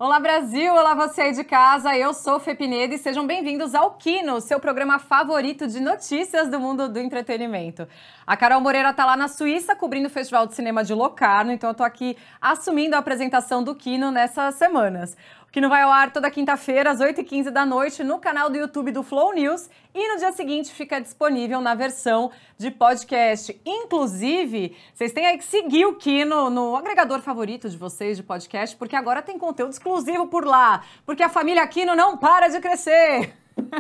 Olá Brasil, olá você aí de casa, eu sou Fê Pinedo e sejam bem-vindos ao Kino, seu programa favorito de notícias do mundo do entretenimento. A Carol Moreira tá lá na Suíça cobrindo o Festival de Cinema de Locarno, então eu tô aqui assumindo a apresentação do Kino nessas semanas. O Kino vai ao ar toda quinta-feira às 8h15 da noite no canal do YouTube do Flow News e no dia seguinte fica disponível na versão de podcast. Inclusive, vocês têm aí que seguir o Kino no agregador favorito de vocês de podcast, porque agora tem conteúdo exclusivo por lá, porque a família Kino não para de crescer.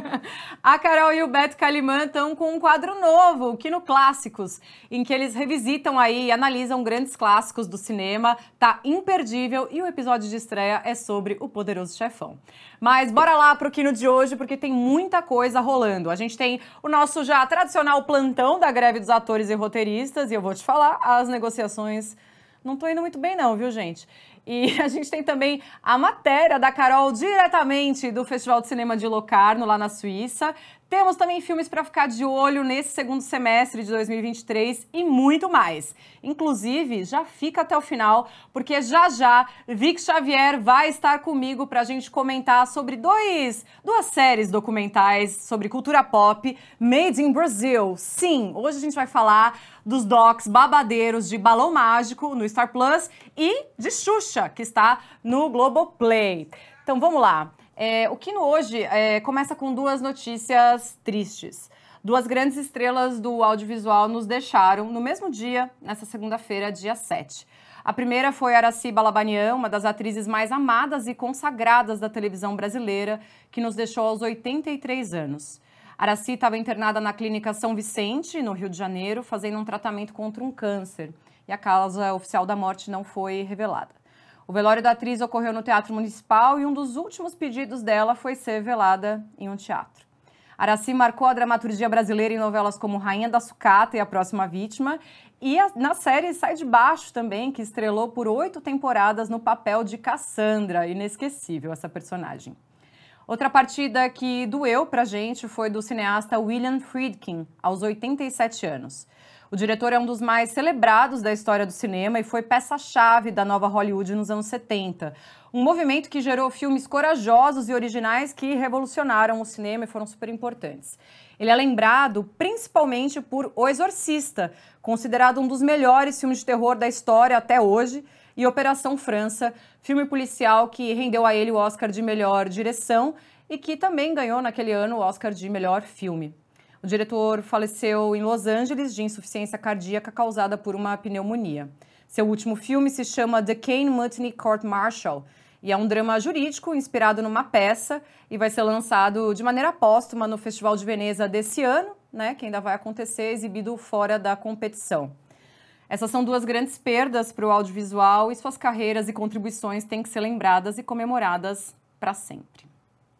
A Carol e o Beto Calimã estão com um quadro novo, o Kino Clássicos, em que eles revisitam aí e analisam grandes clássicos do cinema. Tá imperdível e o episódio de estreia é sobre O Poderoso Chefão. Mas bora lá pro Kino de hoje, porque tem muita coisa rolando. A gente tem o nosso já tradicional plantão da greve dos atores e roteiristas, e eu vou te falar, as negociações não estão indo muito bem não, viu, gente? E a gente tem também a matéria da Carol diretamente do Festival de Cinema de Locarno, lá na Suíça. Temos também filmes para ficar de olho nesse segundo semestre de 2023 e muito mais. Inclusive, já fica até o final, porque já Vic Xavier vai estar comigo para a gente comentar sobre duas séries documentais sobre cultura pop made in Brazil. Sim, hoje a gente vai falar dos docs babadeiros de Balão Mágico no Star Plus e de Xuxa, que está no Globoplay. Então vamos lá. O Kino hoje começa com duas notícias tristes. Duas grandes estrelas do audiovisual nos deixaram no mesmo dia, nessa segunda-feira, dia 7. A primeira foi Aracy Balabanian, uma das atrizes mais amadas e consagradas da televisão brasileira, que nos deixou aos 83 anos. Aracy estava internada na Clínica São Vicente, no Rio de Janeiro, fazendo um tratamento contra um câncer. E a causa oficial da morte não foi revelada. O velório da atriz ocorreu no Teatro Municipal e um dos últimos pedidos dela foi ser velada em um teatro. Aracy marcou a dramaturgia brasileira em novelas como Rainha da Sucata e A Próxima Vítima e na série Sai de Baixo também, que estrelou por 8 temporadas no papel de Cassandra. Inesquecível essa personagem. Outra partida que doeu pra gente foi do cineasta William Friedkin, aos 87 anos. O diretor é um dos mais celebrados da história do cinema e foi peça-chave da nova Hollywood nos anos 70. Um movimento que gerou filmes corajosos e originais que revolucionaram o cinema e foram super importantes. Ele é lembrado principalmente por O Exorcista, considerado um dos melhores filmes de terror da história até hoje, e Operação França, filme policial que rendeu a ele o Oscar de melhor direção e que também ganhou naquele ano o Oscar de melhor filme. O diretor faleceu em Los Angeles de insuficiência cardíaca causada por uma pneumonia. Seu último filme se chama The Kane Mutiny Court Martial e é um drama jurídico inspirado numa peça e vai ser lançado de maneira póstuma no Festival de Veneza desse ano, né, que ainda vai acontecer, exibido fora da competição. Essas são duas grandes perdas para o audiovisual e suas carreiras e contribuições têm que ser lembradas e comemoradas para sempre.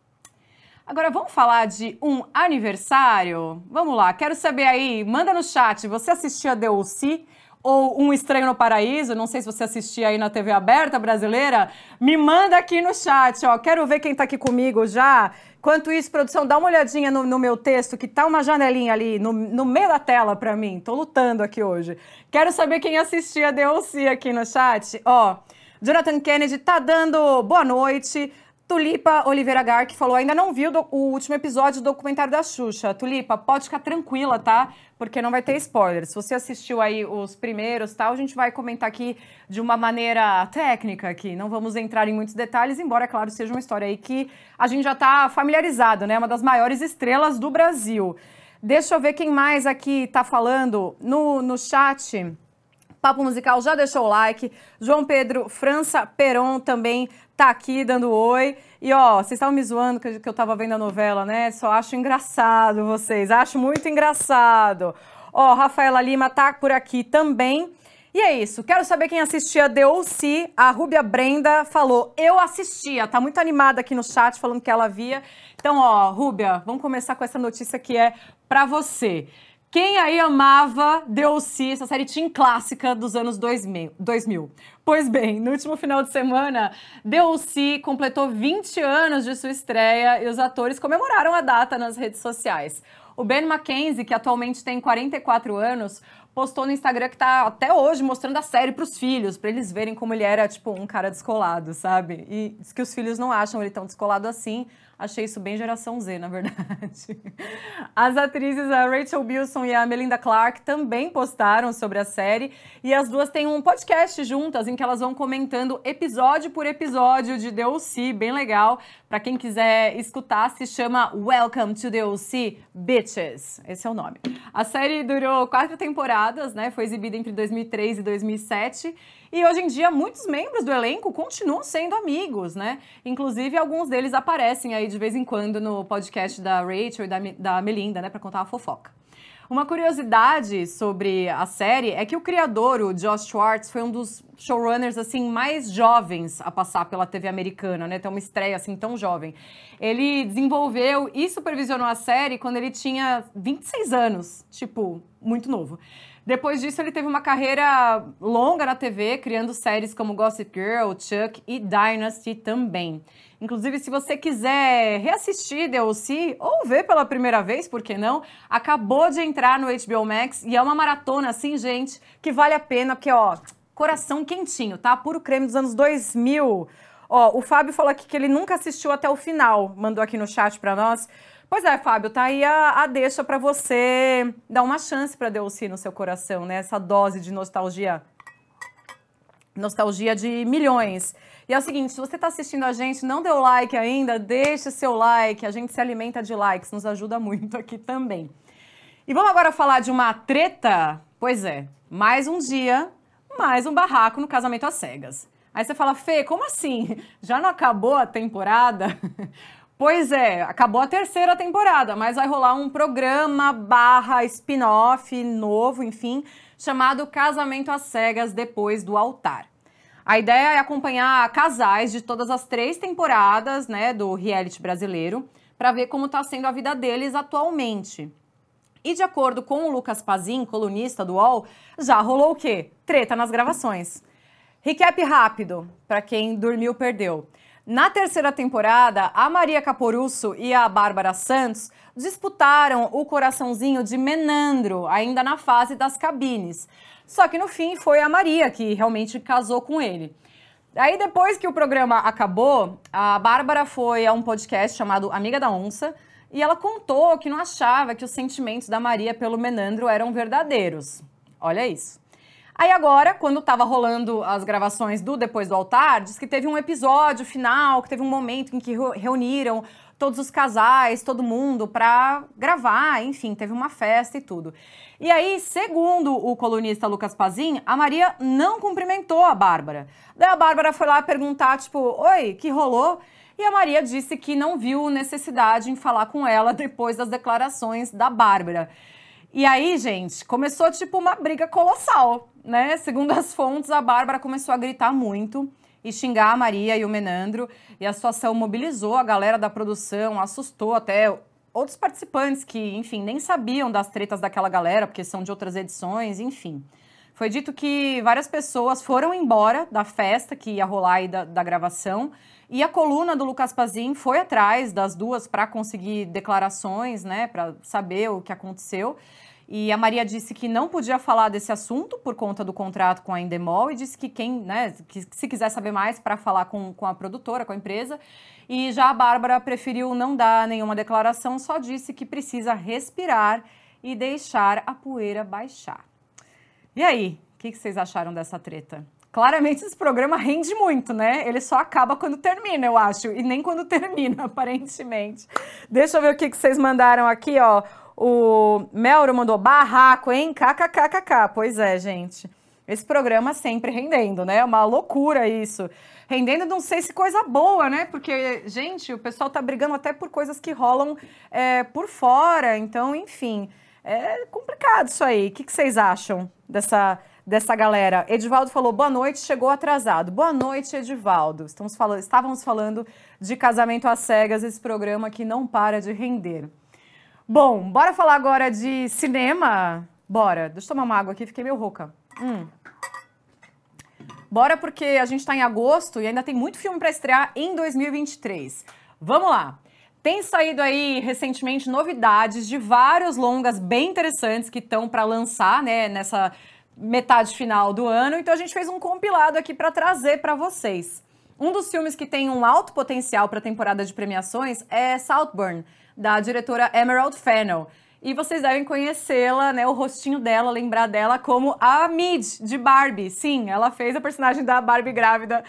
Agora vamos falar de um aniversário? Vamos lá, quero saber aí, manda no chat, você assistia The O.C. ou Um Estranho no Paraíso? Não sei se você assistia aí na TV aberta brasileira. Me manda aqui no chat, ó, quero ver quem tá aqui comigo já. Enquanto isso, produção, dá uma olhadinha no meu texto, que tá uma janelinha ali no meio da tela pra mim. Tô lutando aqui hoje. Quero saber quem assistia The O.C. aqui no chat. Ó, Jonathan Kennedy tá dando boa noite. Tulipa Oliveira Garque falou, ainda não viu o último episódio do documentário da Xuxa. Tulipa, pode ficar tranquila, tá? Porque não vai ter spoilers. Se você assistiu aí os primeiros, tal, a gente vai comentar aqui de uma maneira técnica aqui. Não vamos entrar em muitos detalhes, embora, claro, seja uma história aí que a gente já tá familiarizado, né? Uma das maiores estrelas do Brasil. Deixa eu ver quem mais aqui tá falando no chat. Papo Musical já deixou o like. João Pedro França Peron também tá aqui dando oi. E ó, vocês estavam me zoando que eu tava vendo a novela, né? Só acho engraçado vocês, acho muito engraçado. Ó, Rafaela Lima tá por aqui também. E é isso, quero saber quem assistia The O.C. A Rúbia Brenda falou, eu assistia, tá muito animada aqui no chat falando que ela via. Então, ó, Rúbia, vamos começar com essa notícia que é pra você. Quem aí amava The O.C., essa série teen clássica dos anos 2000? Pois bem, no último final de semana, The O.C. completou 20 anos de sua estreia e os atores comemoraram a data nas redes sociais. O Ben McKenzie, que atualmente tem 44 anos, postou no Instagram que tá até hoje mostrando a série pros filhos, pra eles verem como ele era, tipo, um cara descolado, sabe? E diz que os filhos não acham ele tão descolado assim. Achei isso bem geração Z, na verdade. As atrizes, a Rachel Bilson e a Melinda Clarke, também postaram sobre a série. E as duas têm um podcast juntas, em que elas vão comentando episódio por episódio de The O.C., bem legal. Pra quem quiser escutar, se chama Welcome to The O.C. Bitches. Esse é o nome. A série durou 4 temporadas, né? Foi exibida entre 2003 e 2007. E hoje em dia, muitos membros do elenco continuam sendo amigos, né? Inclusive, alguns deles aparecem aí de vez em quando no podcast da Rachel e da Melinda, né? Pra contar uma fofoca. Uma curiosidade sobre a série é que o criador, o Josh Schwartz, foi um dos showrunners, assim, mais jovens a passar pela TV americana, né? Ter uma estreia, assim, tão jovem. Ele desenvolveu e supervisionou a série quando ele tinha 26 anos, tipo, muito novo. Depois disso, ele teve uma carreira longa na TV, criando séries como Gossip Girl, Chuck e Dynasty também. Inclusive, se você quiser reassistir The O.C. ou ver pela primeira vez, por que não? Acabou de entrar no HBO Max e é uma maratona, assim, gente, que vale a pena, porque, ó, coração quentinho, tá? Puro creme dos anos 2000. Ó, o Fábio falou aqui que ele nunca assistiu até o final, mandou aqui no chat pra nós. Pois é, Fábio, tá aí a deixa pra você dar uma chance pra The O.C. no seu coração, né? Essa dose de nostalgia de milhões. E é o seguinte, se você tá assistindo a gente, não deu like ainda, deixa seu like, a gente se alimenta de likes, nos ajuda muito aqui também. E vamos agora falar de uma treta? Pois é, mais um dia, mais um barraco no Casamento às Cegas. Aí você fala, Fê, como assim? Já não acabou a temporada? Pois é, acabou a 3ª temporada, mas vai rolar um programa / spin-off novo, enfim, chamado Casamento às Cegas Depois do Altar. A ideia é acompanhar casais de todas as 3 temporadas, né, do reality brasileiro, para ver como está sendo a vida deles atualmente. E de acordo com o Lucas Pazin, colunista do UOL, já rolou o quê? Treta nas gravações. Recap rápido, para quem dormiu perdeu. Na 3ª temporada, a Maria Caporusso e a Bárbara Santos disputaram o coraçãozinho de Menandro, ainda na fase das cabines. Só que no fim foi a Maria que realmente casou com ele. Aí depois que o programa acabou, a Bárbara foi a um podcast chamado Amiga da Onça e ela contou que não achava que os sentimentos da Maria pelo Menandro eram verdadeiros. Olha isso. Aí agora, quando estava rolando as gravações do Depois do Altar, diz que teve um episódio final, que teve um momento em que reuniram todos os casais, todo mundo, para gravar, enfim, teve uma festa e tudo. E aí, segundo o colunista Lucas Pazin, a Maria não cumprimentou a Bárbara. Daí a Bárbara foi lá perguntar, tipo, oi, que rolou? E a Maria disse que não viu necessidade em falar com ela depois das declarações da Bárbara. E aí, gente, começou tipo uma briga colossal, né? Segundo as fontes, a Bárbara começou a gritar muito e xingar a Maria e o Menandro. E a situação mobilizou a galera da produção, assustou até outros participantes que, enfim, nem sabiam das tretas daquela galera, porque são de outras edições, enfim. Foi dito que várias pessoas foram embora da festa que ia rolar aí da gravação. E a coluna do Lucas Pazin foi atrás das duas para conseguir declarações, né, para saber o que aconteceu. E a Maria disse que não podia falar desse assunto por conta do contrato com a Endemol e disse que que se quiser saber mais para falar com a produtora, com a empresa. E já a Bárbara preferiu não dar nenhuma declaração, só disse que precisa respirar e deixar a poeira baixar. E aí, o que vocês acharam dessa treta? Claramente esse programa rende muito, né? Ele só acaba quando termina, eu acho. E nem quando termina, aparentemente. Deixa eu ver o que vocês mandaram aqui, ó. O Melro mandou barraco, hein? KKKKK. Pois é, gente. Esse programa sempre rendendo, né? É uma loucura isso. Rendendo, não sei se coisa boa, né? Porque, gente, o pessoal tá brigando até por coisas que rolam por fora. Então, enfim, é complicado isso aí. O que vocês acham dessa galera? Edivaldo falou, boa noite, chegou atrasado. Boa noite, Edivaldo. Estávamos falando de Casamento às Cegas, esse programa que não para de render. Bom, bora falar agora de cinema? Bora. Deixa eu tomar uma água aqui, fiquei meio rouca. Bora porque a gente tá em agosto e ainda tem muito filme para estrear em 2023. Vamos lá. Tem saído aí recentemente novidades de vários longas bem interessantes que estão para lançar, né, nessa metade final do ano. Então a gente fez um compilado aqui para trazer para vocês. Um dos filmes que tem um alto potencial para a temporada de premiações é Saltburn, da diretora Emerald Fennell. E vocês devem conhecê-la, né, o rostinho dela, lembrar dela como a Mid, de Barbie. Sim, ela fez a personagem da Barbie grávida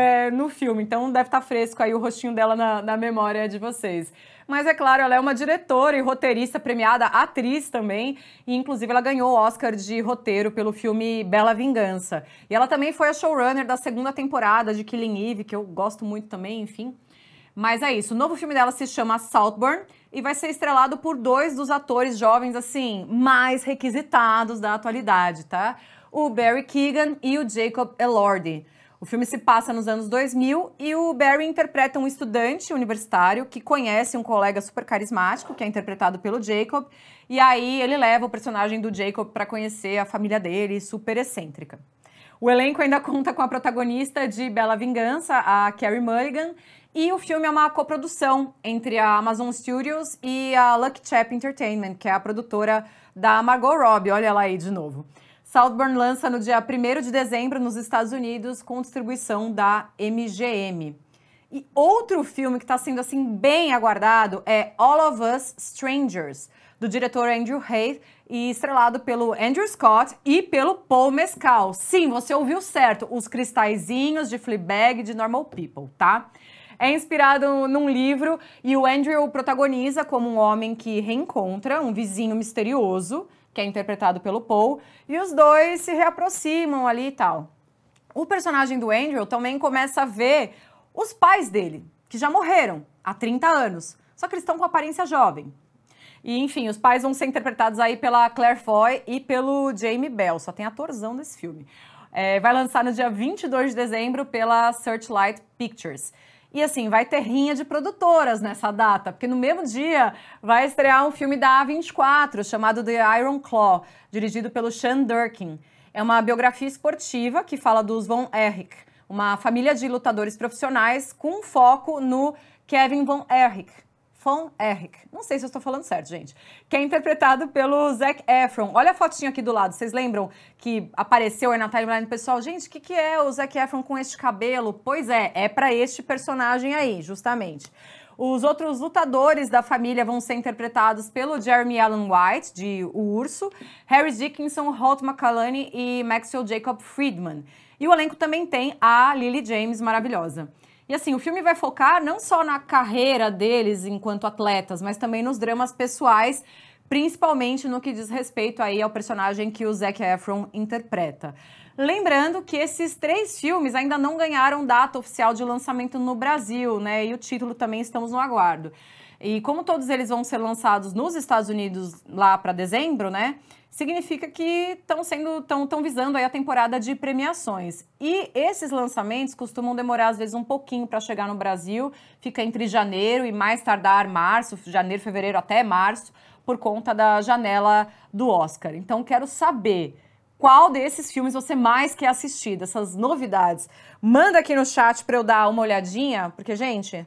no filme, então deve estar fresco aí o rostinho dela na memória de vocês. Mas é claro, ela é uma diretora e roteirista premiada, atriz também, e inclusive ela ganhou o Oscar de roteiro pelo filme Bela Vingança. E ela também foi a showrunner da segunda temporada de Killing Eve, que eu gosto muito também, enfim. Mas é isso, o novo filme dela se chama Saltburn e vai ser estrelado por dois dos atores jovens, assim, mais requisitados da atualidade, tá? O Barry Keoghan e o Jacob Elordi. O filme se passa nos anos 2000 e o Barry interpreta um estudante universitário que conhece um colega super carismático, que é interpretado pelo Jacob, e aí ele leva o personagem do Jacob para conhecer a família dele, super excêntrica. O elenco ainda conta com a protagonista de Bela Vingança, a Carey Mulligan, e o filme é uma coprodução entre a Amazon Studios e a Lucky Chap Entertainment, que é a produtora da Margot Robbie. Olha ela aí de novo. Saltburn lança no dia 1º de dezembro nos Estados Unidos com distribuição da MGM. E outro filme que está sendo assim bem aguardado é All of Us Strangers, do diretor Andrew Haigh e estrelado pelo Andrew Scott e pelo Paul Mescal. Sim, você ouviu certo, os cristalzinhos de Fleabag de Normal People, tá? É inspirado num livro e o Andrew protagoniza como um homem que reencontra um vizinho misterioso, que é interpretado pelo Paul, e os dois se reaproximam ali e tal. O personagem do Andrew também começa a ver os pais dele, que já morreram há 30 anos, só que eles estão com aparência jovem. E, enfim, os pais vão ser interpretados aí pela Claire Foy e pelo Jamie Bell, só tem atorzão desse filme. Vai lançar no dia 22 de dezembro pela Searchlight Pictures. E assim, vai ter rinha de produtoras nessa data, porque no mesmo dia vai estrear um filme da A24 chamado The Iron Claw, dirigido pelo Sean Durkin. É uma biografia esportiva que fala dos Von Erich, uma família de lutadores profissionais com foco no Kevin Von Erich. Von Erich. Não sei se eu estou falando certo, gente. Que é interpretado pelo Zac Efron. Olha a fotinha aqui do lado. Vocês lembram que apareceu aí na timeline do pessoal? Gente, o que é o Zac Efron com este cabelo? Pois é para este personagem aí, justamente. Os outros lutadores da família vão ser interpretados pelo Jeremy Allen White, de O Urso, Harry Dickinson, Holt McCallany e Maxwell Jacob Friedman. E o elenco também tem a Lily James, maravilhosa. E assim, o filme vai focar não só na carreira deles enquanto atletas, mas também nos dramas pessoais, principalmente no que diz respeito aí ao personagem que o Zac Efron interpreta. Lembrando que esses 3 filmes ainda não ganharam data oficial de lançamento no Brasil, né? E o título também estamos no aguardo. E como todos eles vão ser lançados nos Estados Unidos lá para dezembro, né? Significa que estão visando aí a temporada de premiações. E esses lançamentos costumam demorar, às vezes, um pouquinho para chegar no Brasil. Fica entre janeiro e mais tardar março, janeiro, fevereiro até março, por conta da janela do Oscar. Então, quero saber qual desses filmes você mais quer assistir, dessas novidades. Manda aqui no chat para eu dar uma olhadinha, porque, gente,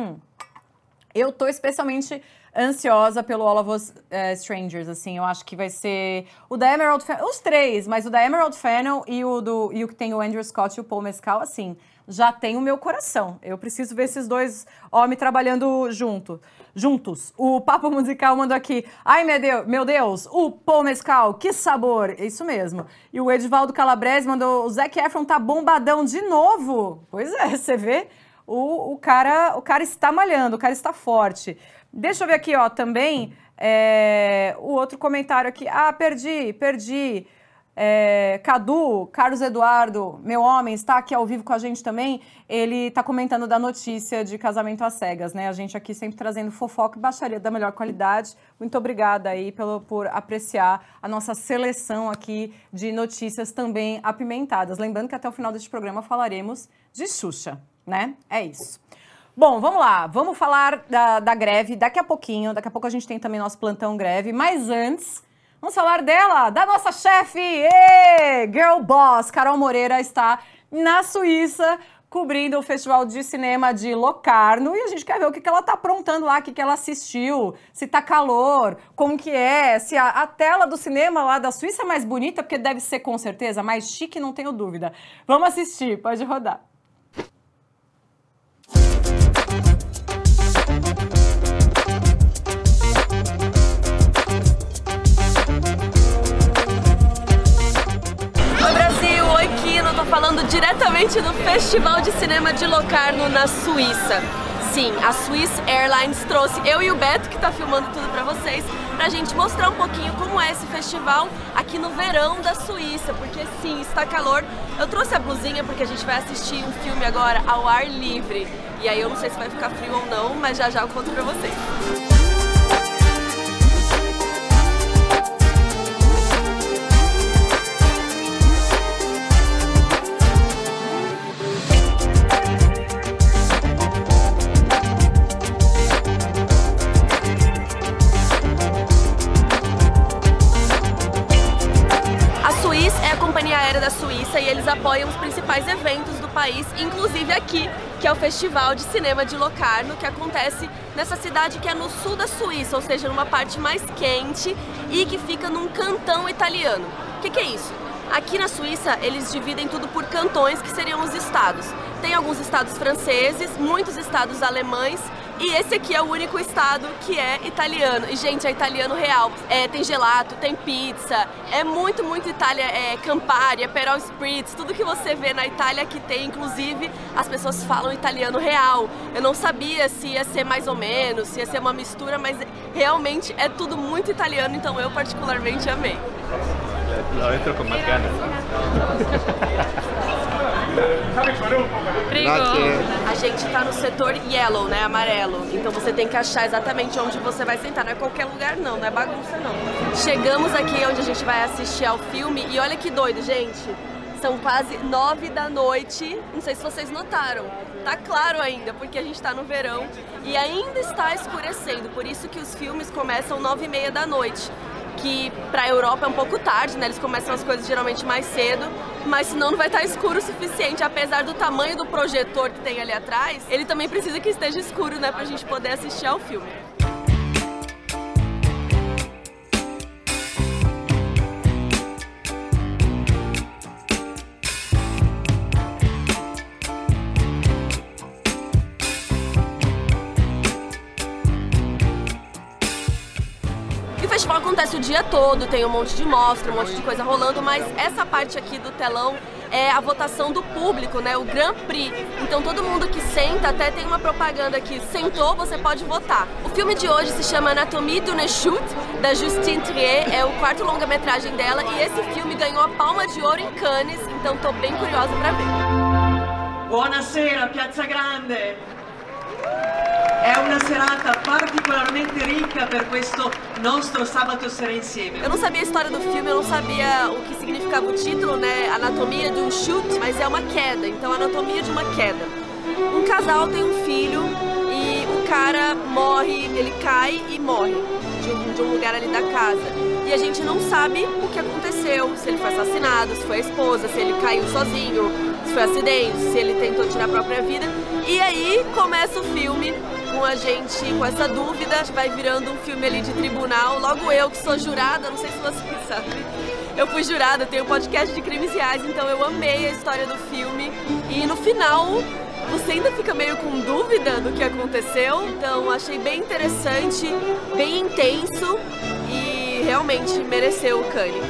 eu tô especialmente ansiosa pelo All of Us Strangers, assim, eu acho que vai ser o da Emerald Fennell, os 3, mas o da Emerald Fennell e o que tem o Andrew Scott e o Paul Mescal, assim, já tem o meu coração. Eu preciso ver esses dois homens trabalhando juntos. O Papo Musical mandou aqui, ai meu Deus, o Paul Mescal, que sabor, isso mesmo. E o Edivaldo Calabrese mandou, o Zac Efron tá bombadão de novo. Pois é, você vê, o cara está malhando, o cara está forte. Deixa eu ver aqui, ó, também, o outro comentário aqui. Ah, perdi. Cadu, Carlos Eduardo, meu homem, está aqui ao vivo com a gente também. Ele está comentando da notícia de casamento às cegas, né? A gente aqui sempre trazendo fofoca e baixaria da melhor qualidade. Muito obrigada aí por apreciar a nossa seleção aqui de notícias também apimentadas. Lembrando que até o final deste programa falaremos de Xuxa, né? É isso. Bom, vamos lá, vamos falar da greve daqui a pouquinho. Daqui a pouco a gente tem também nosso plantão greve, mas antes, vamos falar dela, da nossa chefe, Girl Boss. Carol Moreira está na Suíça cobrindo o Festival de Cinema de Locarno, e a gente quer ver o que ela tá aprontando lá, o que ela assistiu, se tá calor, como que é, se a tela do cinema lá da Suíça é mais bonita, porque deve ser com certeza mais chique, não tenho dúvida. Vamos assistir, pode rodar. Tô falando diretamente do Festival de Cinema de Locarno, na Suíça. Sim, a Swiss Airlines trouxe eu e o Beto, que tá filmando tudo pra vocês, pra gente mostrar um pouquinho como é esse festival aqui no verão da Suíça, porque sim, está calor. Eu trouxe a blusinha porque a gente vai assistir um filme agora ao ar livre. E aí eu não sei se vai ficar frio ou não, mas já eu conto pra vocês. Da Suíça, e eles apoiam os principais eventos do país, inclusive aqui, que é o Festival de Cinema de Locarno, que acontece nessa cidade que é no sul da Suíça, ou seja, numa parte mais quente e que fica num cantão italiano. O que é isso? Aqui na Suíça, eles dividem tudo por cantões, que seriam os estados. Tem alguns estados franceses, muitos estados alemães, e esse aqui é o único estado que é italiano. E, gente, é italiano real. Tem gelato, tem pizza, é muito Itália, Campari, Aperol Spritz, tudo que você vê na Itália que tem, inclusive, as pessoas falam italiano real. Eu não sabia se ia ser mais ou menos, se ia ser uma mistura, mas realmente é tudo muito italiano, então eu particularmente amei. Lo entro con más ganas. A gente tá no setor yellow, né, amarelo. Então você tem que achar exatamente onde você vai sentar. Não é qualquer lugar não, não é bagunça não. Chegamos aqui onde a gente vai assistir ao filme e olha que doido, gente. São quase 9 da noite. Não sei se vocês notaram. Tá claro ainda, porque a gente tá no verão e ainda está escurecendo. Por isso que os filmes começam 9h30 da noite. Que pra Europa é um pouco tarde, né? Eles começam as coisas geralmente mais cedo, mas senão não vai estar escuro o suficiente. Apesar do tamanho do projetor que tem ali atrás, ele também precisa que esteja escuro, né? Pra gente poder assistir ao filme. O festival acontece o dia todo, tem um monte de mostra, um monte de coisa rolando, mas essa parte aqui do telão é a votação do público, né? O Grand Prix. Então todo mundo que senta, até tem uma propaganda aqui, sentou, você pode votar. O filme de hoje se chama Anatomie d'une chute, da Justine Triet, é o 4º longa-metragem dela, e esse filme ganhou a Palma de Ouro em Cannes, então tô bem curiosa pra ver. Buonasera, Piazza Grande! È una serata particolarmente ricca per questo nostro sabato sera insieme. Eu não sabia a história do filme, eu não sabia o que significava o título, né? Anatomia de um chute, mas é uma queda, então anatomia de uma queda. Um casal tem um filho e o cara morre, ele cai e morre de um lugar ali da casa. E a gente não sabe o que aconteceu, se ele foi assassinado, se foi a esposa, se ele caiu sozinho, se foi acidente, se ele tentou tirar a própria vida. E aí começa o filme com a gente com essa dúvida, vai virando um filme ali de tribunal. Logo eu, que sou jurada, não sei se vocês sabem, eu fui jurada, tenho um podcast de crimes reais, então eu amei a história do filme. E no final, você ainda fica meio com dúvida do que aconteceu, então achei bem interessante, bem intenso e realmente mereceu o Cannes.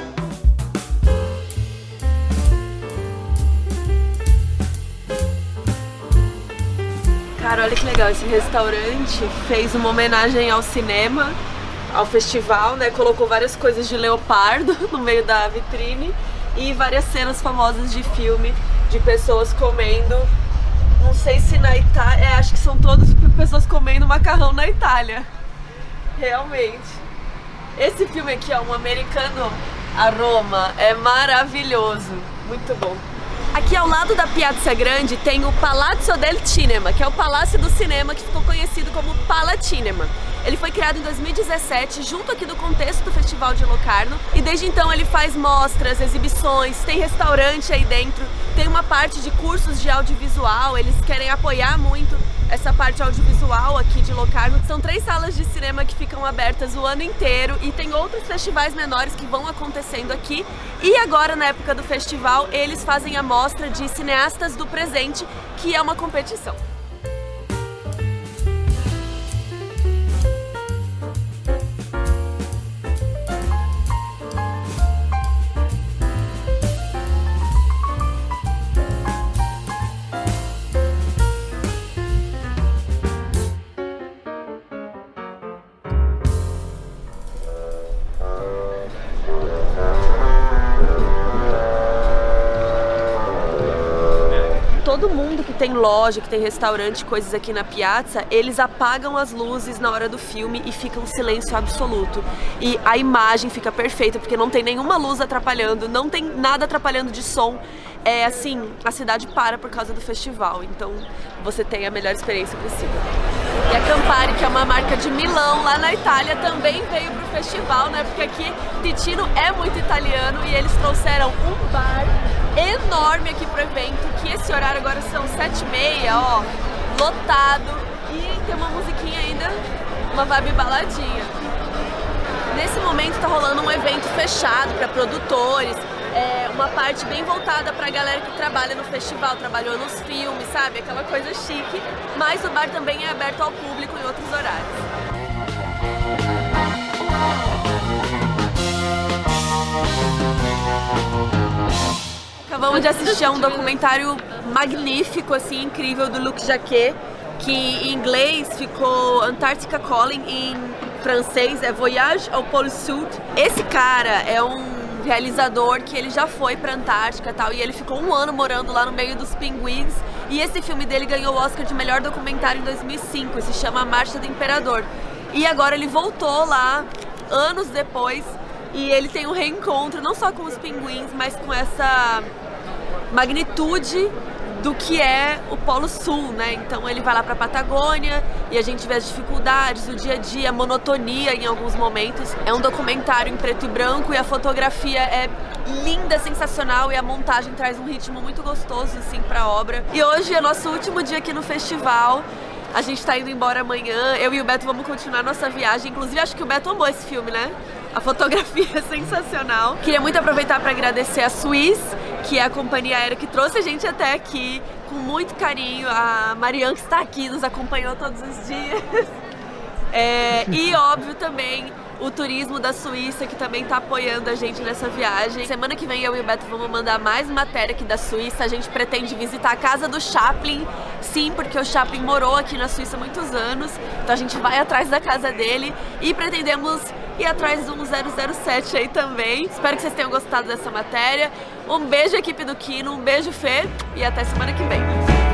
Cara, olha que legal, esse restaurante fez uma homenagem ao cinema, ao festival, né? Colocou várias coisas de leopardo no meio da vitrine e várias cenas famosas de filme, de pessoas comendo, não sei se na Itália, acho que são todas pessoas comendo macarrão na Itália, realmente. Esse filme aqui, ó, Um Americano a Roma, é maravilhoso, muito bom. Aqui ao lado da Piazza Grande tem o Palazzo del Cinema, que é o Palácio do Cinema, que ficou conhecido como Palacinema. Ele foi criado em 2017, junto aqui do contexto do Festival de Locarno, e desde então ele faz mostras, exibições, tem restaurante aí dentro, tem uma parte de cursos de audiovisual, eles querem apoiar muito essa parte audiovisual aqui de Locarno. São 3 salas de cinema que ficam abertas o ano inteiro e tem outros festivais menores que vão acontecendo aqui. E agora, na época do festival, eles fazem a mostra de cineastas do presente, que é uma competição. Todo mundo que tem loja, que tem restaurante, coisas aqui na Piazza, eles apagam as luzes na hora do filme e fica um silêncio absoluto. E a imagem fica perfeita, porque não tem nenhuma luz atrapalhando, não tem nada atrapalhando de som. É assim, a cidade para por causa do festival, então você tem a melhor experiência possível. E a Campari, que é uma marca de Milão, lá na Itália, também veio pro festival, né? Porque aqui Ticino é muito italiano e eles trouxeram um bar enorme aqui pro evento, que esse horário agora são 7h30, ó, lotado, e tem uma musiquinha ainda, uma vibe baladinha. Nesse momento tá rolando um evento fechado para produtores, uma parte bem voltada pra galera que trabalha no festival, trabalhou nos filmes, sabe? Aquela coisa chique, mas o bar também é aberto ao público em outros horários. Acabamos de assistir a um documentário magnífico, assim, incrível, do Luc Jacquet, que em inglês ficou Antarctica Calling, em francês é Voyage au Pôle Sud. Esse cara é um realizador que ele já foi pra Antártica e tal, e ele ficou 1 ano morando lá no meio dos pinguins, e esse filme dele ganhou o Oscar de melhor documentário em 2005, se chama A Marcha do Imperador. E agora ele voltou lá, anos depois, e ele tem um reencontro, não só com os pinguins, mas com essa magnitude do que é o Polo Sul, né? Então ele vai lá pra Patagônia e a gente vê as dificuldades, o dia a dia, a monotonia em alguns momentos. É um documentário em preto e branco e a fotografia é linda, sensacional, e a montagem traz um ritmo muito gostoso, assim, pra obra. E hoje é nosso último dia aqui no festival. A gente tá indo embora amanhã, eu e o Beto vamos continuar nossa viagem. Inclusive, acho que o Beto amou esse filme, né? A fotografia é sensacional. Queria muito aproveitar para agradecer a Swiss, que é a companhia aérea que trouxe a gente até aqui, com muito carinho. A Marianne, que está aqui, nos acompanhou todos os dias. E, óbvio, também o turismo da Suíça, que também está apoiando a gente nessa viagem. Semana que vem eu e o Beto vamos mandar mais matéria aqui da Suíça. A gente pretende visitar a casa do Chaplin, sim, porque o Chaplin morou aqui na Suíça há muitos anos. Então a gente vai atrás da casa dele e pretendemos ir atrás do 007 aí também. Espero que vocês tenham gostado dessa matéria. Um beijo, equipe do Kino, um beijo, Fê, e até semana que vem.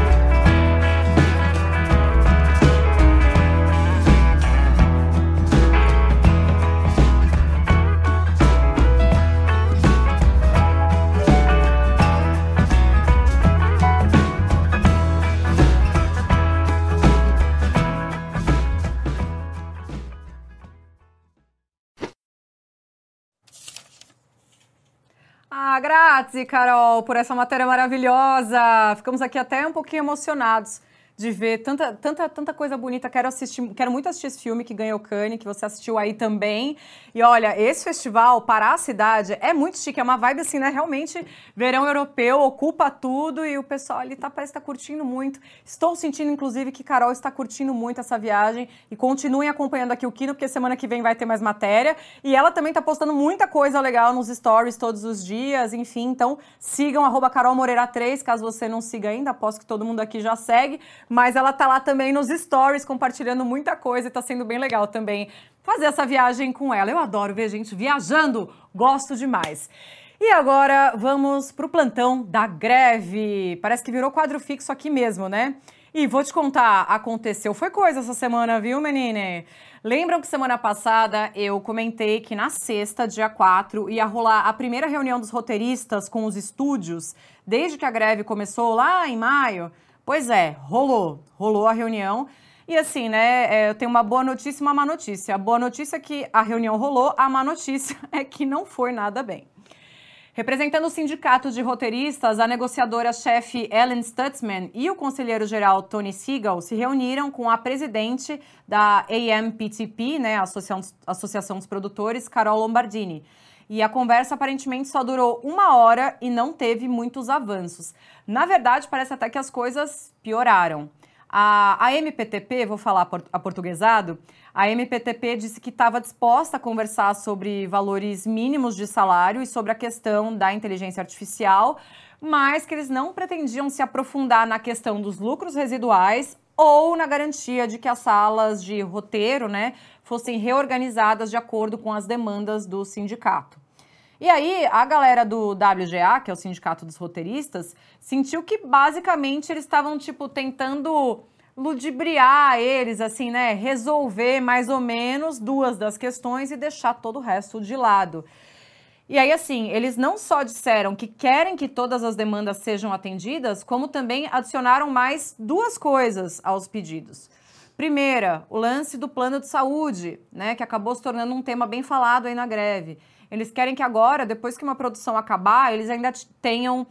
Ah, grazie, Carol, por essa matéria maravilhosa. Ficamos aqui até um pouquinho emocionados de ver tanta coisa bonita. Quero muito assistir esse filme que ganhou Cannes, que você assistiu aí também. E olha, esse festival, para a cidade, é muito chique, é uma vibe assim, né? Realmente, verão europeu, ocupa tudo e o pessoal ali parece estar curtindo muito. Estou sentindo, inclusive, que Carol está curtindo muito essa viagem e continuem acompanhando aqui o Kino, porque semana que vem vai ter mais matéria. E ela também está postando muita coisa legal nos stories todos os dias, enfim. Então, sigam @CarolMoreira3, caso você não siga ainda, aposto que todo mundo aqui já segue. Mas ela tá lá também nos stories, compartilhando muita coisa e tá sendo bem legal também fazer essa viagem com ela. Eu adoro ver gente viajando, gosto demais. E agora vamos pro plantão da greve. Parece que virou quadro fixo aqui mesmo, né? E vou te contar, foi coisa essa semana, viu, menine? Lembram que semana passada eu comentei que na sexta, dia 4, ia rolar a primeira reunião dos roteiristas com os estúdios, desde que a greve começou lá em maio? Pois é, rolou a reunião. E assim, né, eu tenho uma boa notícia e uma má notícia. A boa notícia é que a reunião rolou, a má notícia é que não foi nada bem. Representando o sindicato de roteiristas, a negociadora-chefe Ellen Stutzman e o conselheiro-geral Tony Seagal se reuniram com a presidente da AMPTP, né, Associação dos Produtores, Carol Lombardini. E a conversa aparentemente só durou 1 hora e não teve muitos avanços. Na verdade, parece até que as coisas pioraram. A MPTP, vou falar aportuguesado, a MPTP disse que estava disposta a conversar sobre valores mínimos de salário e sobre a questão da inteligência artificial, mas que eles não pretendiam se aprofundar na questão dos lucros residuais ou na garantia de que as salas de roteiro, né, fossem reorganizadas de acordo com as demandas do sindicato. E aí, a galera do WGA, que é o Sindicato dos Roteiristas, sentiu que basicamente eles estavam, tentando ludibriar eles, assim, né, resolver mais ou menos 2 das questões e deixar todo o resto de lado. E aí, assim, eles não só disseram que querem que todas as demandas sejam atendidas, como também adicionaram mais 2 coisas aos pedidos. Primeira, o lance do plano de saúde, né, que acabou se tornando um tema bem falado aí na greve. Eles querem que agora, depois que uma produção acabar, eles ainda tenham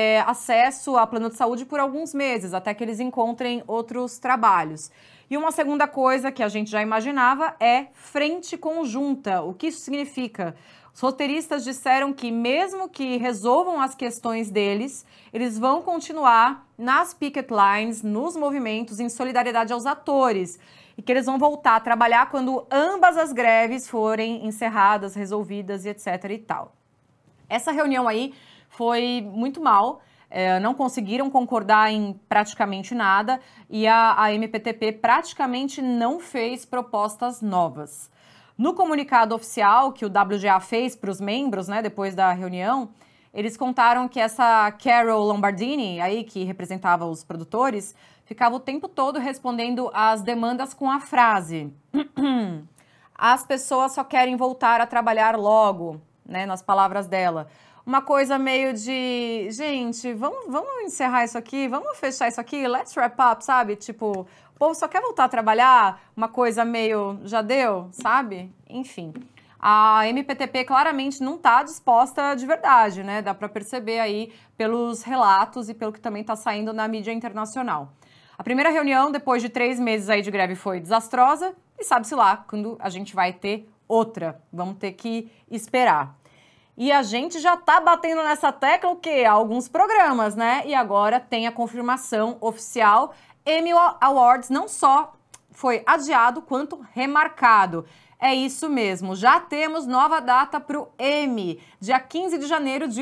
acesso a plano de saúde por alguns meses, até que eles encontrem outros trabalhos. E uma segunda coisa que a gente já imaginava é frente conjunta. O que isso significa? Os roteiristas disseram que mesmo que resolvam as questões deles, eles vão continuar nas picket lines, nos movimentos, em solidariedade aos atores. E que eles vão voltar a trabalhar quando ambas as greves forem encerradas, resolvidas e etc e tal. Essa reunião aí foi muito mal, não conseguiram concordar em praticamente nada e a MPTP praticamente não fez propostas novas. No comunicado oficial que o WGA fez para os membros, né, depois da reunião, eles contaram que essa Carol Lombardini, aí, que representava os produtores, ficava o tempo todo respondendo às demandas com a frase: as pessoas só querem voltar a trabalhar logo, né, nas palavras dela. Uma coisa meio de, gente, vamos encerrar isso aqui, vamos fechar isso aqui, let's wrap up, sabe? Tipo, o povo só quer voltar a trabalhar, uma coisa meio, já deu, sabe? Enfim, a MPTP claramente não está disposta de verdade, né? Dá para perceber aí pelos relatos e pelo que também está saindo na mídia internacional. A primeira reunião, depois de 3 meses aí de greve, foi desastrosa e sabe-se lá quando a gente vai ter outra. Vamos ter que esperar. E a gente já tá batendo nessa tecla o quê? Há alguns programas, né? E agora tem a confirmação oficial. Emmy Awards não só foi adiado, quanto remarcado. É isso mesmo, já temos nova data para o Emmy, dia 15 de janeiro de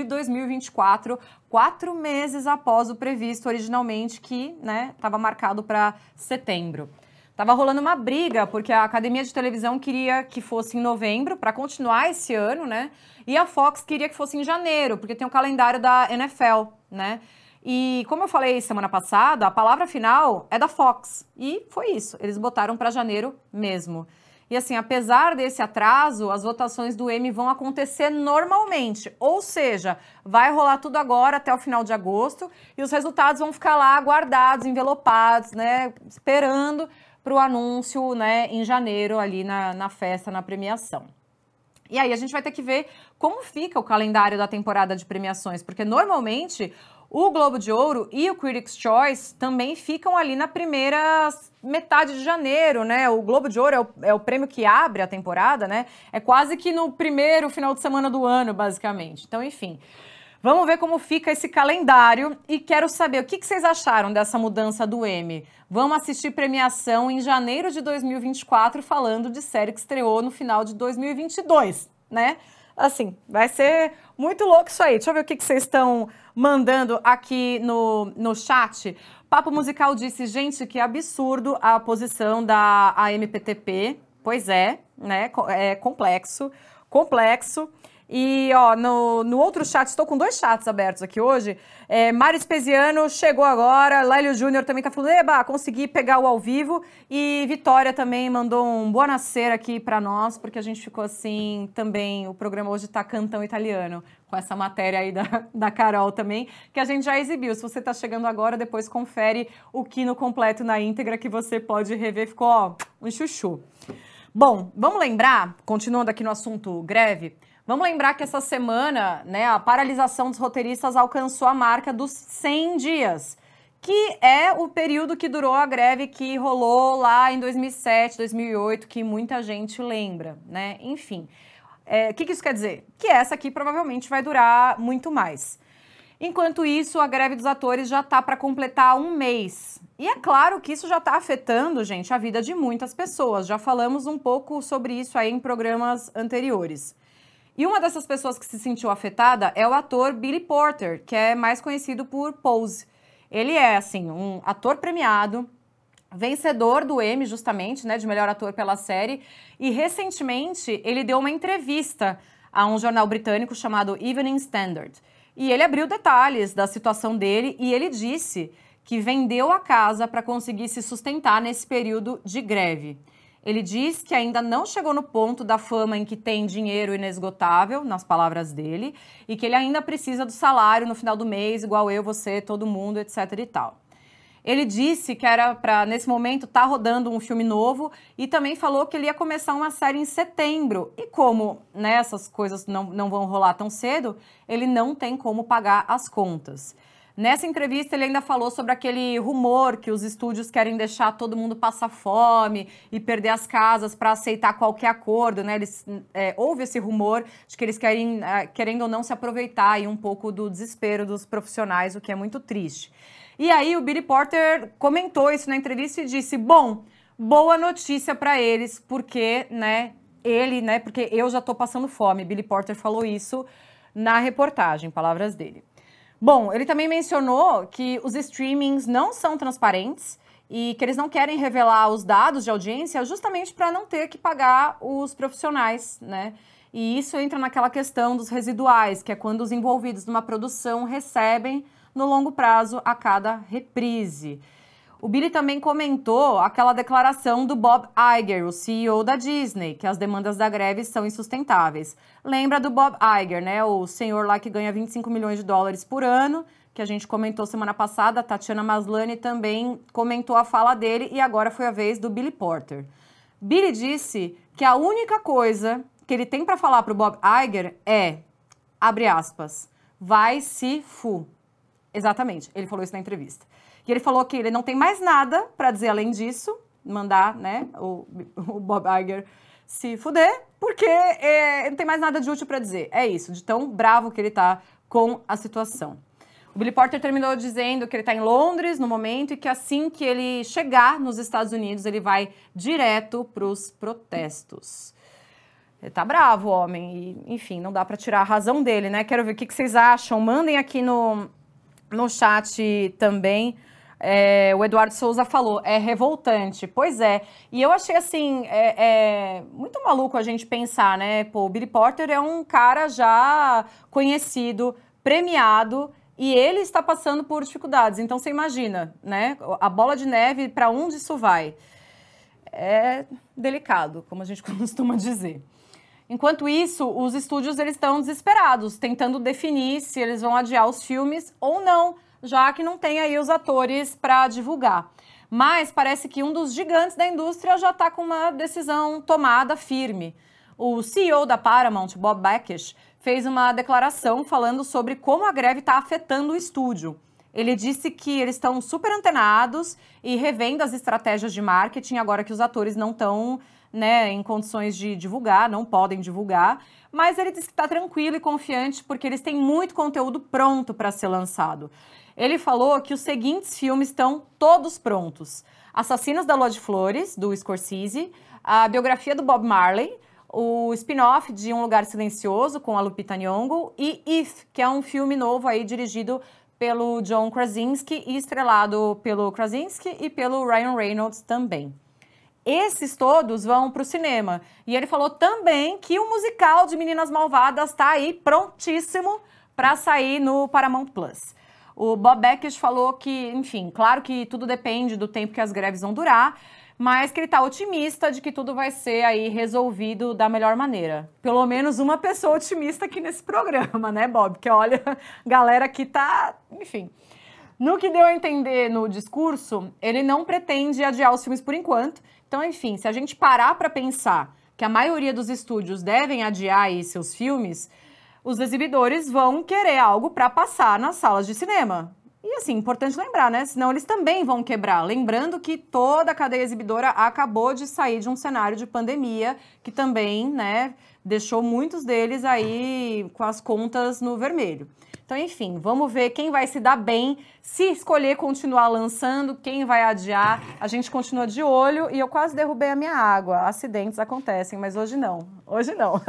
2024, 4 meses após o previsto originalmente, que, né, estava marcado para setembro. Tava rolando uma briga, porque a Academia de Televisão queria que fosse em novembro, para continuar esse ano, né? E a Fox queria que fosse em janeiro, porque tem o calendário da NFL, né? E como eu falei semana passada, a palavra final é da Fox. E foi isso, eles botaram para janeiro mesmo. E assim, apesar desse atraso, as votações do Emmy vão acontecer normalmente. Ou seja, vai rolar tudo agora até o final de agosto e os resultados vão ficar lá guardados, envelopados, né? Esperando para o anúncio, né, em janeiro, ali na festa, na premiação. E aí a gente vai ter que ver como fica o calendário da temporada de premiações, porque normalmente o Globo de Ouro e o Critics' Choice também ficam ali na primeira metade de janeiro, né? O Globo de Ouro é o prêmio que abre a temporada, né? É quase que no primeiro final de semana do ano, basicamente. Então, enfim, vamos ver como fica esse calendário e quero saber o que vocês acharam dessa mudança do Emmy. Vamos assistir premiação em janeiro de 2024 falando de série que estreou no final de 2022, né? Assim, vai ser muito louco isso aí. Deixa eu ver o que vocês estão mandando aqui no chat. Papo Musical disse, gente, que absurdo a posição da AMPTP. Pois é, né? É complexo. E, ó, no outro chat, estou com 2 chats abertos aqui hoje. Mário Espesiano chegou agora, Lélio Júnior também tá falando, eba, consegui pegar o ao vivo. E Vitória também mandou um boa nascer aqui para nós, porque a gente ficou assim também, o programa hoje tá cantão italiano, com essa matéria aí da Carol também, que a gente já exibiu. Se você tá chegando agora, depois confere o Quino completo na íntegra, que você pode rever, ficou, ó, um chuchu. Bom, vamos lembrar, continuando aqui no assunto greve, vamos lembrar que essa semana, né, a paralisação dos roteiristas alcançou a marca dos 100 dias, que é o período que durou a greve que rolou lá em 2007, 2008, que muita gente lembra, né? Enfim, o que isso quer dizer? Que essa aqui provavelmente vai durar muito mais. Enquanto isso, a greve dos atores já está para completar 1 mês. E é claro que isso já está afetando, gente, a vida de muitas pessoas. Já falamos um pouco sobre isso aí em programas anteriores. E uma dessas pessoas que se sentiu afetada é o ator Billy Porter, que é mais conhecido por Pose. Ele é, assim, um ator premiado, vencedor do Emmy, justamente, né, de melhor ator pela série. E, recentemente, ele deu uma entrevista a um jornal britânico chamado Evening Standard. E ele abriu detalhes da situação dele e ele disse que vendeu a casa para conseguir se sustentar nesse período de greve. Ele diz que ainda não chegou no ponto da fama em que tem dinheiro inesgotável, nas palavras dele, e que ele ainda precisa do salário no final do mês, igual eu, você, todo mundo, etc e tal. Ele disse que era para, nesse momento, estar rodando um filme novo e também falou que ele ia começar uma série em setembro. E como, né, essas coisas não vão rolar tão cedo, ele não tem como pagar as contas. Nessa entrevista, ele ainda falou sobre aquele rumor que os estúdios querem deixar todo mundo passar fome e perder as casas para aceitar qualquer acordo, né? Houve esse rumor de que eles querem, querendo ou não, se aproveitar aí um pouco do desespero dos profissionais, o que é muito triste. E aí o Billy Porter comentou isso na entrevista e disse, bom, boa notícia para eles, porque, porque eu já tô passando fome. Billy Porter falou isso na reportagem, palavras dele. Bom, ele também mencionou que os streamings não são transparentes e que eles não querem revelar os dados de audiência justamente para não ter que pagar os profissionais, né? E isso entra naquela questão dos residuais, que é quando os envolvidos numa produção recebem no longo prazo a cada reprise. O Billy também comentou aquela declaração do Bob Iger, o CEO da Disney, que as demandas da greve são insustentáveis. Lembra do Bob Iger, né? O senhor lá que ganha 25 milhões de dólares por ano, que a gente comentou semana passada, a Tatiana Maslany também comentou a fala dele e agora foi a vez do Billy Porter. Billy disse que a única coisa que ele tem para falar para o Bob Iger é, abre aspas, vai se fu. Exatamente, ele falou isso na entrevista. E ele falou que ele não tem mais nada para dizer além disso, mandar, né, o Bob Iger se fuder, porque não tem mais nada de útil para dizer. É isso, de tão bravo que ele tá com a situação. O Billy Porter terminou dizendo que ele tá em Londres no momento e que assim que ele chegar nos Estados Unidos, ele vai direto pros protestos. Ele tá bravo, homem, e enfim, não dá para tirar a razão dele, né? Quero ver o que vocês acham. Mandem aqui no chat também. O Eduardo Souza falou, é revoltante. Pois é. E eu achei, assim, muito maluco a gente pensar, né? Pô, o Billy Porter é um cara já conhecido, premiado, e ele está passando por dificuldades. Então, você imagina, né? A bola de neve, para onde isso vai? É delicado, como a gente costuma dizer. Enquanto isso, os estúdios eles estão desesperados, tentando definir se eles vão adiar os filmes ou não, já que não tem aí os atores para divulgar. Mas parece que um dos gigantes da indústria já está com uma decisão tomada firme. O CEO da Paramount, Bob Bakish, fez uma declaração falando sobre como a greve está afetando o estúdio. Ele disse que eles estão super antenados e revendo as estratégias de marketing agora que os atores não estão, né, em condições de divulgar, não podem divulgar, mas ele disse que está tranquilo e confiante porque eles têm muito conteúdo pronto para ser lançado. Ele falou que os seguintes filmes estão todos prontos: Assassinos da Lua de Flores, do Scorsese, a biografia do Bob Marley, o spin-off de Um Lugar Silencioso, com a Lupita Nyong'o, e If, que é um filme novo aí dirigido pelo John Krasinski e estrelado pelo Krasinski e pelo Ryan Reynolds também. esses todos vão para o cinema. E ele falou também que o musical de Meninas Malvadas está aí prontíssimo para sair no Paramount Plus. O Bob Beckett falou que, enfim, claro que tudo depende do tempo que as greves vão durar, mas que ele está otimista de que tudo vai ser aí resolvido da melhor maneira. Pelo menos uma pessoa otimista aqui nesse programa, né, Bob? Porque olha, a galera aqui tá, enfim. No que deu a entender no discurso, ele não pretende adiar os filmes por enquanto. Então, enfim, se a gente parar para pensar que a maioria dos estúdios devem adiar aí seus filmes, os exibidores vão querer algo para passar nas salas de cinema. E assim, importante lembrar, né? Senão eles também vão quebrar. Lembrando que toda a cadeia exibidora acabou de sair de um cenário de pandemia que também, né, deixou muitos deles aí com as contas no vermelho. Então, enfim, vamos ver quem vai se dar bem, se escolher continuar lançando, quem vai adiar. A gente continua de olho e eu quase derrubei a minha água. Acidentes acontecem, mas hoje não. Hoje não.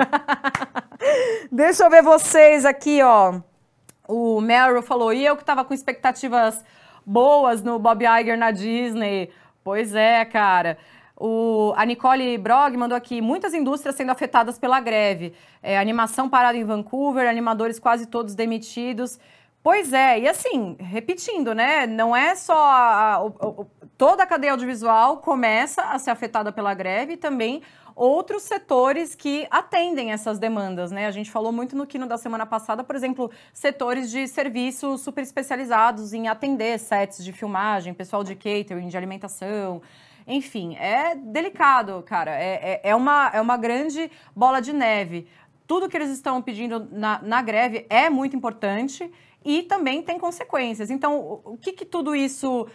Deixa eu ver vocês aqui, ó. O Meryl falou, e eu que tava com expectativas boas no Bob Iger na Disney. Pois é, cara. A Nicole Brog mandou aqui, muitas indústrias sendo afetadas pela greve. Animação parada em Vancouver, animadores quase todos demitidos. Pois é, e assim, repetindo, né? Não é só toda a cadeia audiovisual começa a ser afetada pela greve e também outros setores que atendem essas demandas, né? A gente falou muito no Kino da semana passada, por exemplo, setores de serviços super especializados em atender sets de filmagem, pessoal de catering, de alimentação. Enfim, é delicado, cara. É uma grande bola de neve. Tudo que eles estão pedindo na greve é muito importante e também tem consequências. Então, o que tudo isso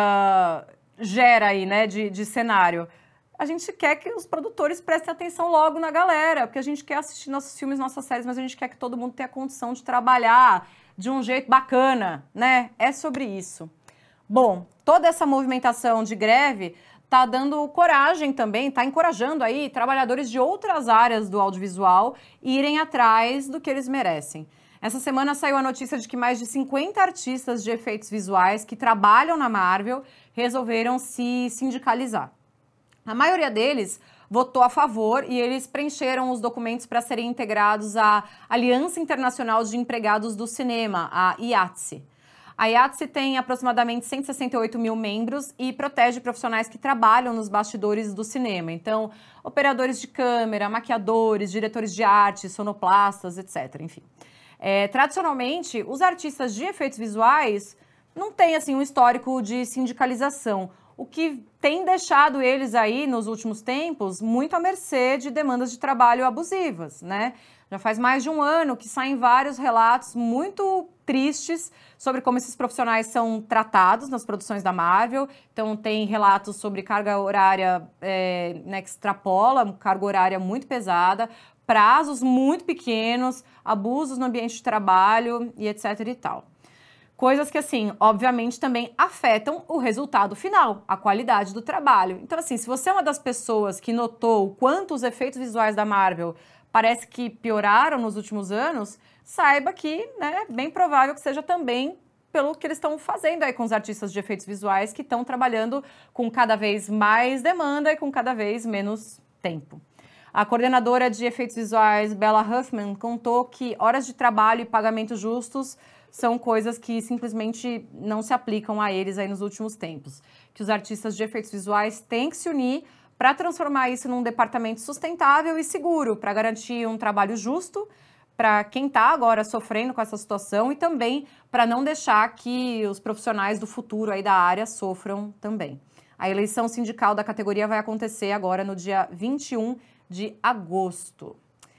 gera aí, né, de cenário? A gente quer que os produtores prestem atenção logo na galera, porque a gente quer assistir nossos filmes, nossas séries, mas a gente quer que todo mundo tenha condição de trabalhar de um jeito bacana, né? É sobre isso. Bom, toda essa movimentação de greve está dando coragem também, está encorajando aí trabalhadores de outras áreas do audiovisual irem atrás do que eles merecem. Essa semana saiu a notícia de que mais de 50 artistas de efeitos visuais que trabalham na Marvel resolveram se sindicalizar. A maioria deles votou a favor e eles preencheram os documentos para serem integrados à Aliança Internacional de Empregados do Cinema, a IATSE. A IATSE tem aproximadamente 168 mil membros e protege profissionais que trabalham nos bastidores do cinema. Então, operadores de câmera, maquiadores, diretores de arte, sonoplastas, etc. Enfim. Tradicionalmente, os artistas de efeitos visuais não têm assim, um histórico de sindicalização, o que tem deixado eles aí, nos últimos tempos, muito à mercê de demandas de trabalho abusivas, né? Já faz mais de um ano que saem vários relatos muito tristes sobre como esses profissionais são tratados nas produções da Marvel. Então, tem relatos sobre carga horária né, que extrapola, carga horária muito pesada, prazos muito pequenos, abusos no ambiente de trabalho e etc e tal. Coisas que, assim, obviamente também afetam o resultado final, a qualidade do trabalho. Então, assim, se você é uma das pessoas que notou o quanto os efeitos visuais da Marvel parece que pioraram nos últimos anos, saiba que, né, é bem provável que seja também pelo que eles estão fazendo aí com os artistas de efeitos visuais que estão trabalhando com cada vez mais demanda e com cada vez menos tempo. A coordenadora de efeitos visuais, Bella Huffman, contou que horas de trabalho e pagamentos justos são coisas que simplesmente não se aplicam a eles aí nos últimos tempos. Que os artistas de efeitos visuais têm que se unir para transformar isso num departamento sustentável e seguro, para garantir um trabalho justo para quem está agora sofrendo com essa situação e também para não deixar que os profissionais do futuro aí da área sofram também. A eleição sindical da categoria vai acontecer agora no dia 21 de agosto.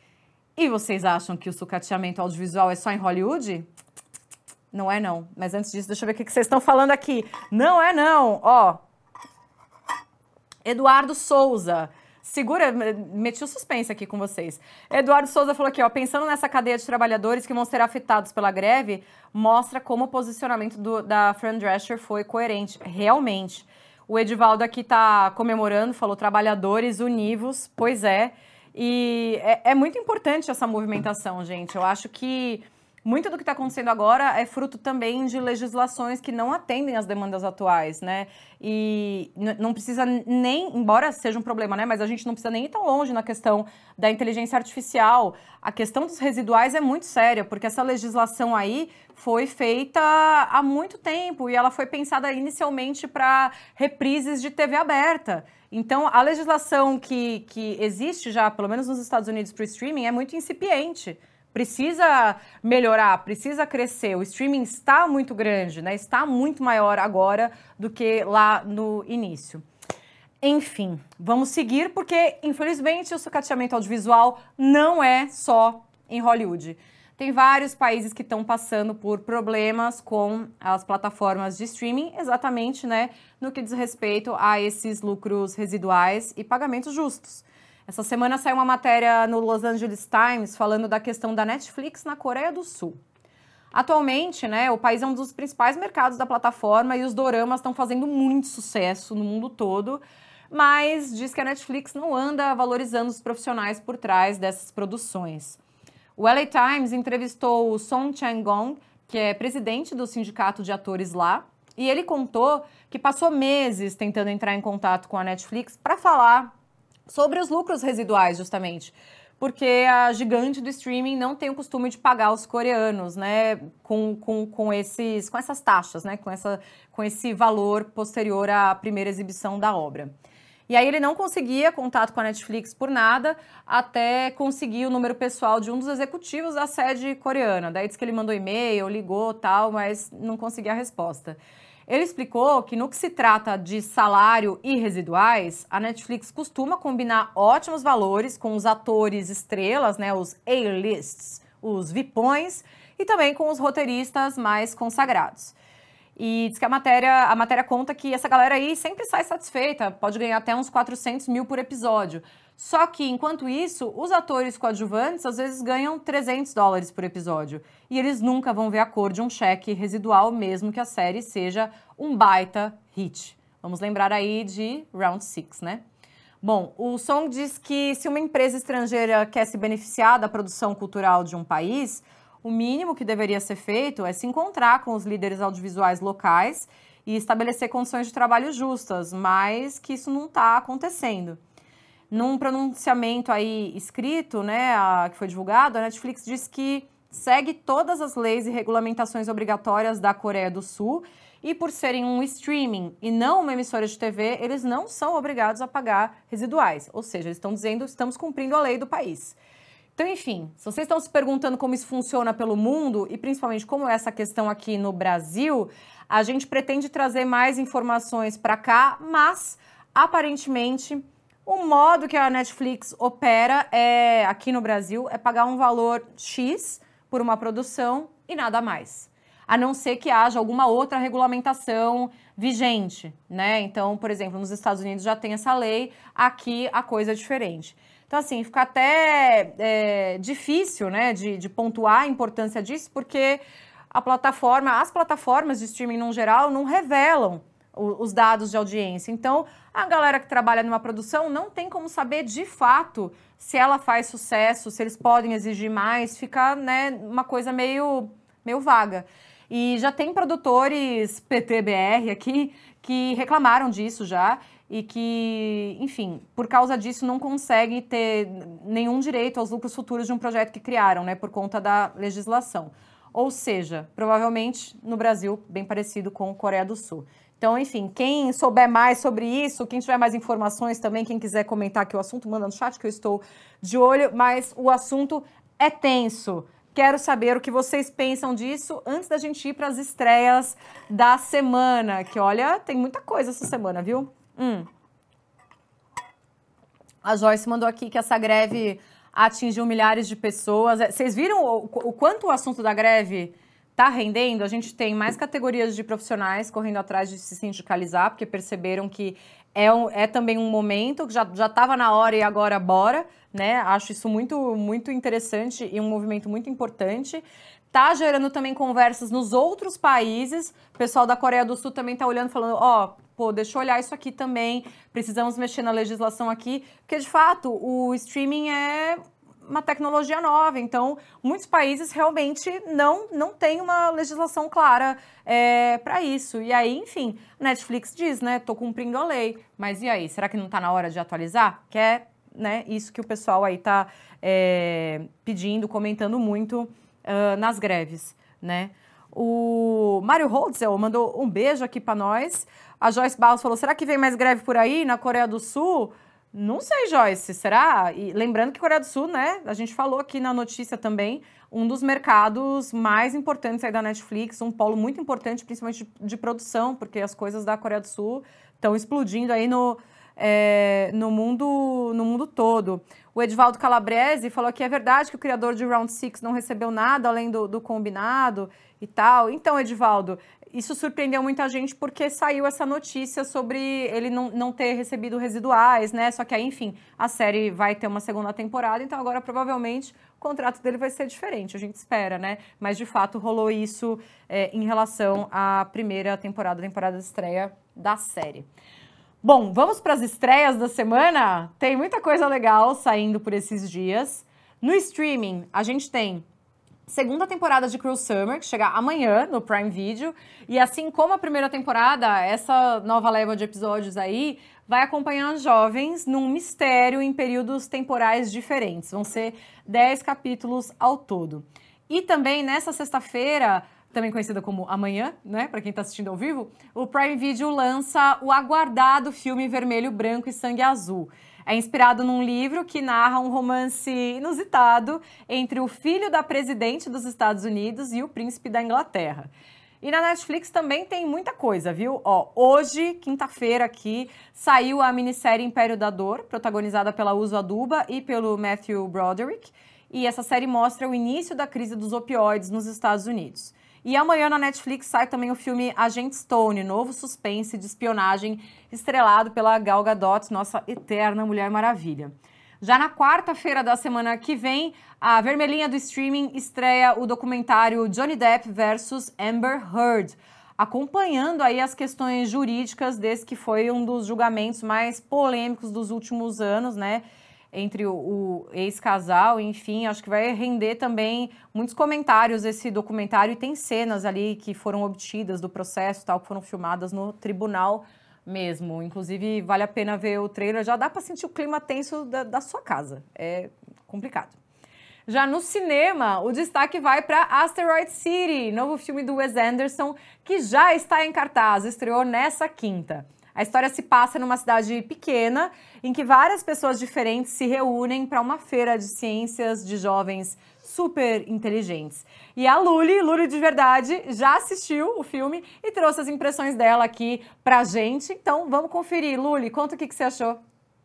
E vocês acham que o sucateamento audiovisual é só em Hollywood? Não é não, mas antes disso, deixa eu ver o que vocês estão falando aqui. Não é não, ó. Eduardo Souza, segura, meti o suspense aqui com vocês. Eduardo Souza falou aqui, ó, pensando nessa cadeia de trabalhadores que vão ser afetados pela greve, mostra como o posicionamento da Fran Drescher foi coerente, realmente. O Edivaldo aqui tá comemorando, falou trabalhadores univos, pois é. E é muito importante essa movimentação, gente. Eu acho que muito do que está acontecendo agora é fruto também de legislações que não atendem às demandas atuais, né? E não precisa nem, embora seja um problema, né? Mas a gente não precisa nem ir tão longe na questão da inteligência artificial. A questão dos residuais é muito séria, porque essa legislação aí foi feita há muito tempo e ela foi pensada inicialmente para reprises de TV aberta. Então, a legislação que existe já, pelo menos nos Estados Unidos, para o streaming é muito incipiente. Precisa melhorar, precisa crescer. O streaming está muito grande, né? Está muito maior agora do que lá no início. Enfim, vamos seguir porque, infelizmente, o sucateamento audiovisual não é só em Hollywood. Tem vários países que estão passando por problemas com as plataformas de streaming, exatamente, né, no que diz respeito a esses lucros residuais e pagamentos justos. Essa semana saiu uma matéria no Los Angeles Times falando da questão da Netflix na Coreia do Sul. Atualmente, né, o país é um dos principais mercados da plataforma e os doramas estão fazendo muito sucesso no mundo todo, mas diz que a Netflix não anda valorizando os profissionais por trás dessas produções. O LA Times entrevistou o Song Chang-gong, que é presidente do sindicato de atores lá, e ele contou que passou meses tentando entrar em contato com a Netflix para falar sobre os lucros residuais, justamente, porque a gigante do streaming não tem o costume de pagar os coreanos, né, com essas taxas, né, com esse valor posterior à primeira exibição da obra. E aí ele não conseguia contato com a Netflix por nada, até conseguir o número pessoal de um dos executivos da sede coreana. Daí disse que ele mandou e-mail, ligou, tal, mas não conseguia a resposta. Ele explicou que no que se trata de salário e residuais, a Netflix costuma combinar ótimos valores com os atores estrelas, né, os A-lists, os VIPões, e também com os roteiristas mais consagrados. E diz que a matéria conta que essa galera aí sempre sai satisfeita, pode ganhar até uns 400 mil por episódio. Só que, enquanto isso, os atores coadjuvantes às vezes ganham $300 por episódio. E eles nunca vão ver a cor de um cheque residual, mesmo que a série seja um baita hit. Vamos lembrar aí de Round 6, né? Bom, o Song diz que se uma empresa estrangeira quer se beneficiar da produção cultural de um país, o mínimo que deveria ser feito é se encontrar com os líderes audiovisuais locais e estabelecer condições de trabalho justas, mas que isso não está acontecendo. Num pronunciamento aí escrito, né, que foi divulgado, a Netflix diz que segue todas as leis e regulamentações obrigatórias da Coreia do Sul e por serem um streaming e não uma emissora de TV, eles não são obrigados a pagar residuais. Ou seja, eles estão dizendo estamos cumprindo a lei do país. Então, enfim, se vocês estão se perguntando como isso funciona pelo mundo e principalmente como é essa questão aqui no Brasil, a gente pretende trazer mais informações para cá, mas aparentemente o modo que a Netflix opera aqui no Brasil é pagar um valor X por uma produção e nada mais. A não ser que haja alguma outra regulamentação vigente, né? Então, por exemplo, nos Estados Unidos já tem essa lei, aqui a coisa é diferente. Então, assim, fica até difícil, né, de pontuar a importância disso, porque as plataformas de streaming, no geral, não revelam os dados de audiência. Então, a galera que trabalha numa produção não tem como saber, de fato, se ela faz sucesso, se eles podem exigir mais, fica, né, uma coisa meio vaga. E já tem produtores PTBR aqui que reclamaram disso já, e que, enfim, por causa disso não conseguem ter nenhum direito aos lucros futuros de um projeto que criaram, né, por conta da legislação. Ou seja, provavelmente no Brasil, bem parecido com a Coreia do Sul. Então, enfim, quem souber mais sobre isso, quem tiver mais informações também, quem quiser comentar aqui o assunto, manda no chat que eu estou de olho, mas o assunto é tenso. Quero saber o que vocês pensam disso antes da gente ir para as estreias da semana, que olha, tem muita coisa essa semana, viu? A Joyce mandou aqui que essa greve atingiu milhares de pessoas. Vocês viram o quanto o assunto da greve está rendendo? A gente tem mais categorias de profissionais correndo atrás de se sindicalizar, porque perceberam que é também um momento que já estava na hora e agora bora, né? Acho isso muito, muito interessante e um movimento muito importante. Tá gerando também conversas nos outros países. O pessoal da Coreia do Sul também tá olhando, falando, deixa eu olhar isso aqui também, precisamos mexer na legislação aqui, porque de fato o streaming é uma tecnologia nova. Então, muitos países realmente não têm uma legislação clara para isso. E aí, enfim, a Netflix diz, né, tô cumprindo a lei. Mas e aí, será que não tá na hora de atualizar? Que é, né, isso que o pessoal aí tá pedindo, comentando muito nas greves, né? O Mário Holtzel mandou um beijo aqui para nós. A Joyce Barros falou, será que vem mais greve por aí na Coreia do Sul? Não sei, Joyce, será? E lembrando que Coreia do Sul, né, a gente falou aqui na notícia também, um dos mercados mais importantes aí da Netflix, um polo muito importante, principalmente de produção, porque as coisas da Coreia do Sul estão explodindo aí no mundo todo. O Edivaldo Calabrese falou que é verdade que o criador de Round 6 não recebeu nada além do combinado e tal. Então, Edivaldo, isso surpreendeu muita gente porque saiu essa notícia sobre ele não ter recebido residuais, né? Só que aí, enfim, a série vai ter uma segunda temporada, então agora provavelmente o contrato dele vai ser diferente, a gente espera, né? Mas de fato rolou isso em relação à primeira temporada de estreia da série. Bom, vamos para as estreias da semana? Tem muita coisa legal saindo por esses dias. No streaming, a gente tem segunda temporada de Cruel Summer, que chega amanhã no Prime Video. E assim como a primeira temporada, essa nova leva de episódios aí vai acompanhar jovens num mistério em períodos temporais diferentes. Vão ser 10 capítulos ao todo. E também nessa sexta-feira, também conhecida como Amanhã, né, para quem está assistindo ao vivo, o Prime Video lança o aguardado filme Vermelho, Branco e Sangue Azul. É inspirado num livro que narra um romance inusitado entre o filho da presidente dos Estados Unidos e o príncipe da Inglaterra. E na Netflix também tem muita coisa, viu? Ó, hoje, quinta-feira aqui, saiu a minissérie Império da Dor, protagonizada pela Uzo Aduba e pelo Matthew Broderick. E essa série mostra o início da crise dos opioides nos Estados Unidos. E amanhã na Netflix sai também o filme Agent Stone, novo suspense de espionagem estrelado pela Gal Gadot, nossa eterna Mulher Maravilha. Já na quarta-feira da semana que vem, a vermelhinha do streaming estreia o documentário Johnny Depp versus Amber Heard, acompanhando aí as questões jurídicas desse que foi um dos julgamentos mais polêmicos dos últimos anos, né? Entre o ex-casal, enfim, acho que vai render também muitos comentários esse documentário e tem cenas ali que foram obtidas do processo, tal, que foram filmadas no tribunal mesmo. Inclusive, vale a pena ver o trailer, já dá para sentir o clima tenso da sua casa, é complicado. Já no cinema, o destaque vai para Asteroid City, novo filme do Wes Anderson, que já está em cartaz, estreou nessa quinta. A história se passa numa cidade pequena, em que várias pessoas diferentes se reúnem para uma feira de ciências de jovens super inteligentes. E a Luli de verdade, já assistiu o filme e trouxe as impressões dela aqui pra gente. Então, vamos conferir. Luli, conta o que você achou.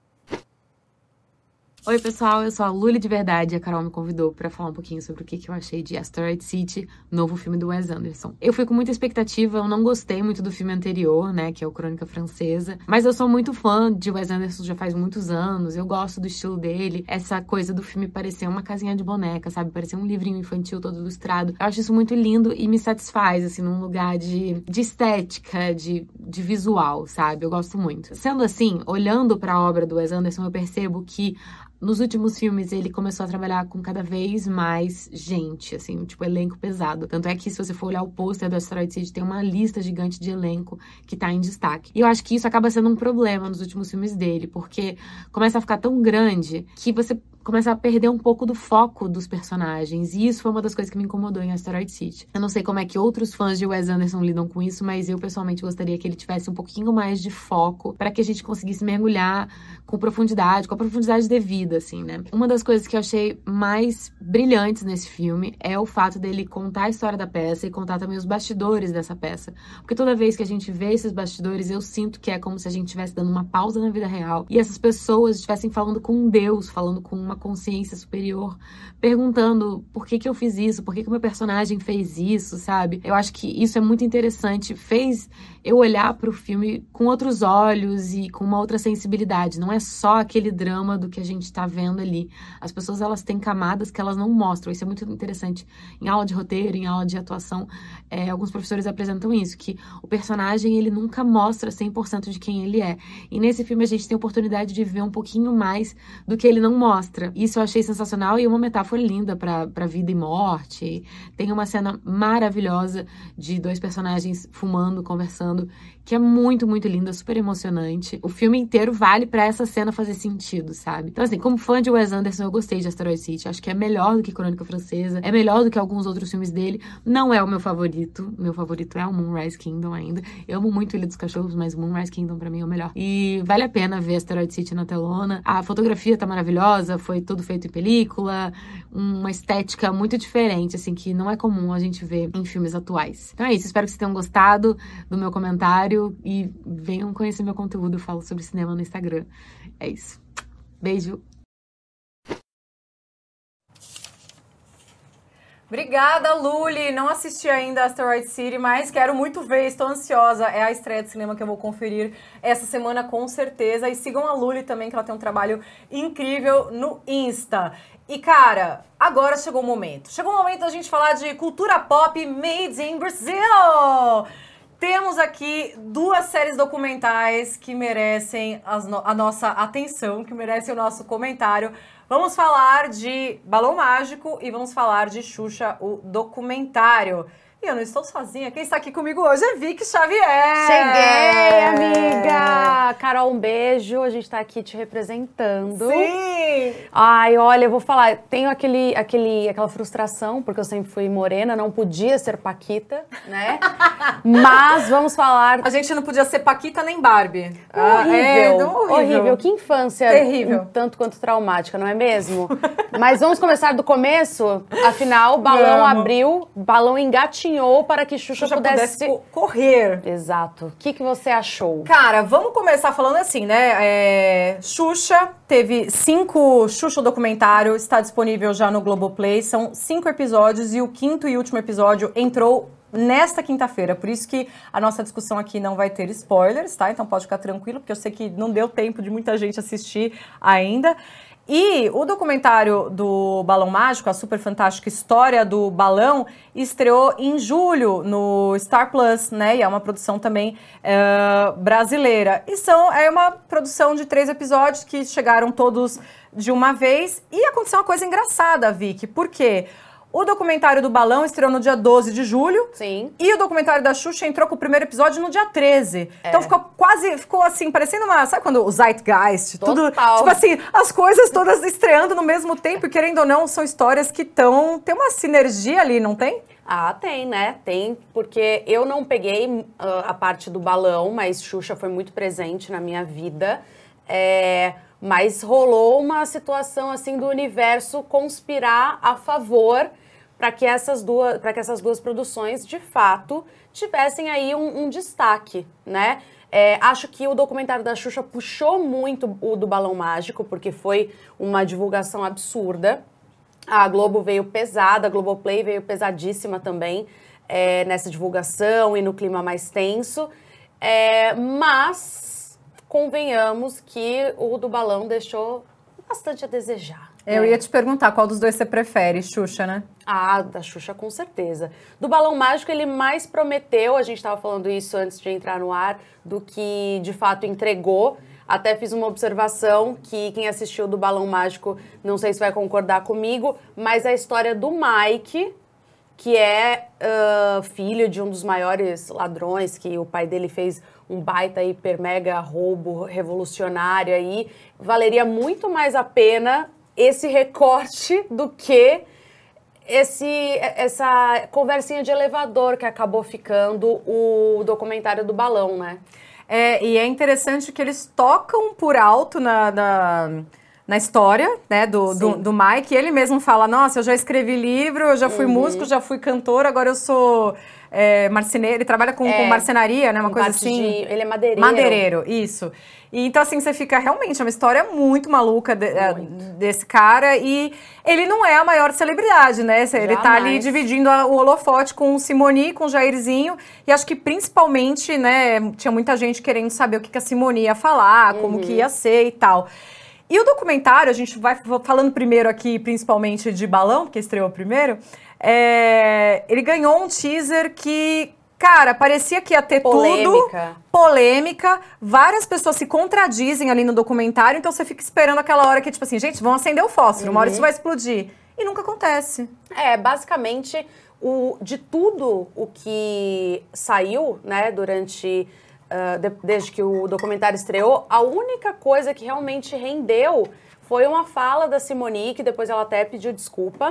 Oi, pessoal, eu sou a Luli de verdade e a Carol me convidou para falar um pouquinho sobre o que eu achei de Asteroid City, novo filme do Wes Anderson. Eu fui com muita expectativa, eu não gostei muito do filme anterior, né, que é o Crônica Francesa, mas eu sou muito fã de Wes Anderson já faz muitos anos, eu gosto do estilo dele, essa coisa do filme parecer uma casinha de boneca, sabe, parecer um livrinho infantil todo ilustrado. Eu acho isso muito lindo e me satisfaz, assim, num lugar de estética, de visual, sabe, eu gosto muito. Sendo assim, olhando para a obra do Wes Anderson, eu percebo que nos últimos filmes, ele começou a trabalhar com cada vez mais gente, assim, tipo, elenco pesado. Tanto é que, se você for olhar o pôster do Asteroid City, tem uma lista gigante de elenco que tá em destaque. E eu acho que isso acaba sendo um problema nos últimos filmes dele, porque começa a ficar tão grande que você começa a perder um pouco do foco dos personagens. E isso foi uma das coisas que me incomodou em Asteroid City. Eu não sei como é que outros fãs de Wes Anderson lidam com isso, mas eu, pessoalmente, gostaria que ele tivesse um pouquinho mais de foco para que a gente conseguisse mergulhar com profundidade, com a profundidade devida, assim, né? Uma das coisas que eu achei mais brilhantes nesse filme é o fato dele contar a história da peça e contar também os bastidores dessa peça. Porque toda vez que a gente vê esses bastidores, eu sinto que é como se a gente estivesse dando uma pausa na vida real e essas pessoas estivessem falando com um Deus, falando com uma consciência superior, perguntando por que eu fiz isso, por que o meu personagem fez isso, sabe? Eu acho que isso é muito interessante, fez eu olhar para o filme com outros olhos e com uma outra sensibilidade. Não é só aquele drama do que a gente tá vendo ali. As pessoas, elas têm camadas que elas não mostram. Isso é muito interessante. Em aula de roteiro, em aula de atuação, alguns professores apresentam isso, que o personagem, ele nunca mostra 100% de quem ele é. E nesse filme a gente tem a oportunidade de ver um pouquinho mais do que ele não mostra. outra. Isso eu achei sensacional e uma metáfora linda pra vida e morte. Tem uma cena maravilhosa de 2 personagens fumando, conversando, que é muito, muito linda, super emocionante. O filme inteiro vale pra essa cena fazer sentido, sabe? Então, assim, como fã de Wes Anderson, eu gostei de Asteroid City. Acho que é melhor do que Crônica Francesa, é melhor do que alguns outros filmes dele. Não é o meu favorito. Meu favorito é o Moonrise Kingdom ainda. Eu amo muito Ilha dos Cachorros, mas Moonrise Kingdom pra mim é o melhor. E vale a pena ver Asteroid City na telona. A fotografia tá maravilhosa, foi tudo feito em película, uma estética muito diferente, assim, que não é comum a gente ver em filmes atuais. Então é isso, espero que vocês tenham gostado do meu comentário e venham conhecer meu conteúdo, eu falo sobre cinema no Instagram. É isso. Beijo! Obrigada, Luli. Não assisti ainda Asteroid City, mas quero muito ver, estou ansiosa. É a estreia de cinema que eu vou conferir essa semana, com certeza. E sigam a Luli também, que ela tem um trabalho incrível no Insta. E, cara, agora chegou o momento. Chegou o momento da gente falar de cultura pop made in Brazil! Temos aqui 2 séries documentais que merecem a nossa atenção, que merecem o nosso comentário. Vamos falar de Balão Mágico e vamos falar de Xuxa, o documentário. E eu não estou sozinha. Quem está aqui comigo hoje é Vicky Xavier. Cheguei, amiga! Carol, um beijo. A gente tá aqui te representando. Sim! Ai, olha, eu vou falar. Tenho aquela frustração, porque eu sempre fui morena, não podia ser Paquita, né? Mas vamos falar... A gente não podia ser Paquita nem Barbie. Horrível, horrível. horrível. Que infância terrível. Um tanto quanto traumática, não é mesmo? Mas vamos começar do começo? Afinal, o balão abriu, balão engatinhou para que Xuxa pudesse correr. Exato. O que você achou? Cara, vamos começar falando assim, né? Xuxa teve 5... Xuxa, o documentário, está disponível já no Globoplay. São 5 episódios e o 5º e último episódio entrou nesta quinta-feira. Por isso que a nossa discussão aqui não vai ter spoilers, tá? Então pode ficar tranquilo, porque eu sei que não deu tempo de muita gente assistir ainda. E o documentário do Balão Mágico, a super fantástica história do balão, estreou em julho no Star Plus, né? E é uma produção também brasileira. E é uma produção de 3 episódios que chegaram todos de uma vez. E aconteceu uma coisa engraçada, Vicky, por quê? O documentário do Balão estreou no dia 12 de julho. Sim. E o documentário da Xuxa entrou com o primeiro episódio no dia 13. Então ficou assim, parecendo uma... Sabe quando o Zeitgeist? Total. Tudo, tipo assim, as coisas todas estreando no mesmo tempo. E querendo ou não, são histórias que tem uma sinergia ali, não tem? Ah, tem, né? Tem, porque eu não peguei a parte do balão, mas Xuxa foi muito presente na minha vida. Mas rolou uma situação assim do universo conspirar a favor para que essas duas produções de fato tivessem aí um destaque, né? Acho que o documentário da Xuxa puxou muito o do Balão Mágico, porque foi uma divulgação absurda. A Globo veio pesada, a Globoplay veio pesadíssima também nessa divulgação e no clima mais tenso. Mas convenhamos que o do Balão deixou bastante a desejar. Eu ia te perguntar qual dos dois você prefere, Xuxa, né? Ah, da Xuxa com certeza. Do Balão Mágico ele mais prometeu, a gente estava falando isso antes de entrar no ar, do que de fato entregou. Até fiz uma observação que quem assistiu do Balão Mágico, não sei se vai concordar comigo, mas a história do Mike, que é filho de um dos maiores ladrões, que o pai dele fez um baita hiper mega roubo revolucionário aí, valeria muito mais a pena esse recorte do que essa conversinha de elevador que acabou ficando o documentário do Balão, né? E é interessante que eles tocam por alto na história, né, do Mike. Ele mesmo fala, nossa, eu já escrevi livro, eu já fui músico, já fui cantor, agora eu sou marceneiro. Ele trabalha com marcenaria, né, uma coisa assim. Ele é madeireiro. Madeireiro, isso. E, então, assim, você fica realmente, é uma história muito maluca desse cara. E ele não é a maior celebridade, né? Ele tá ali dividindo o holofote com o Simoni, com o Jairzinho. E acho que principalmente, né, tinha muita gente querendo saber o que a Simoni ia falar, como que ia ser e tal. E o documentário, a gente vai falando primeiro aqui, principalmente de Balão, porque estreou primeiro, ele ganhou um teaser que Cara, parecia que ia ter polêmica, várias pessoas se contradizem ali no documentário, então você fica esperando aquela hora que, tipo assim, gente, vão acender o fósforo, uma hora isso vai explodir. E nunca acontece. Basicamente, de tudo o que saiu, né, durante... desde que o documentário estreou, a única coisa que realmente rendeu foi uma fala da Simone, que depois ela até pediu desculpa,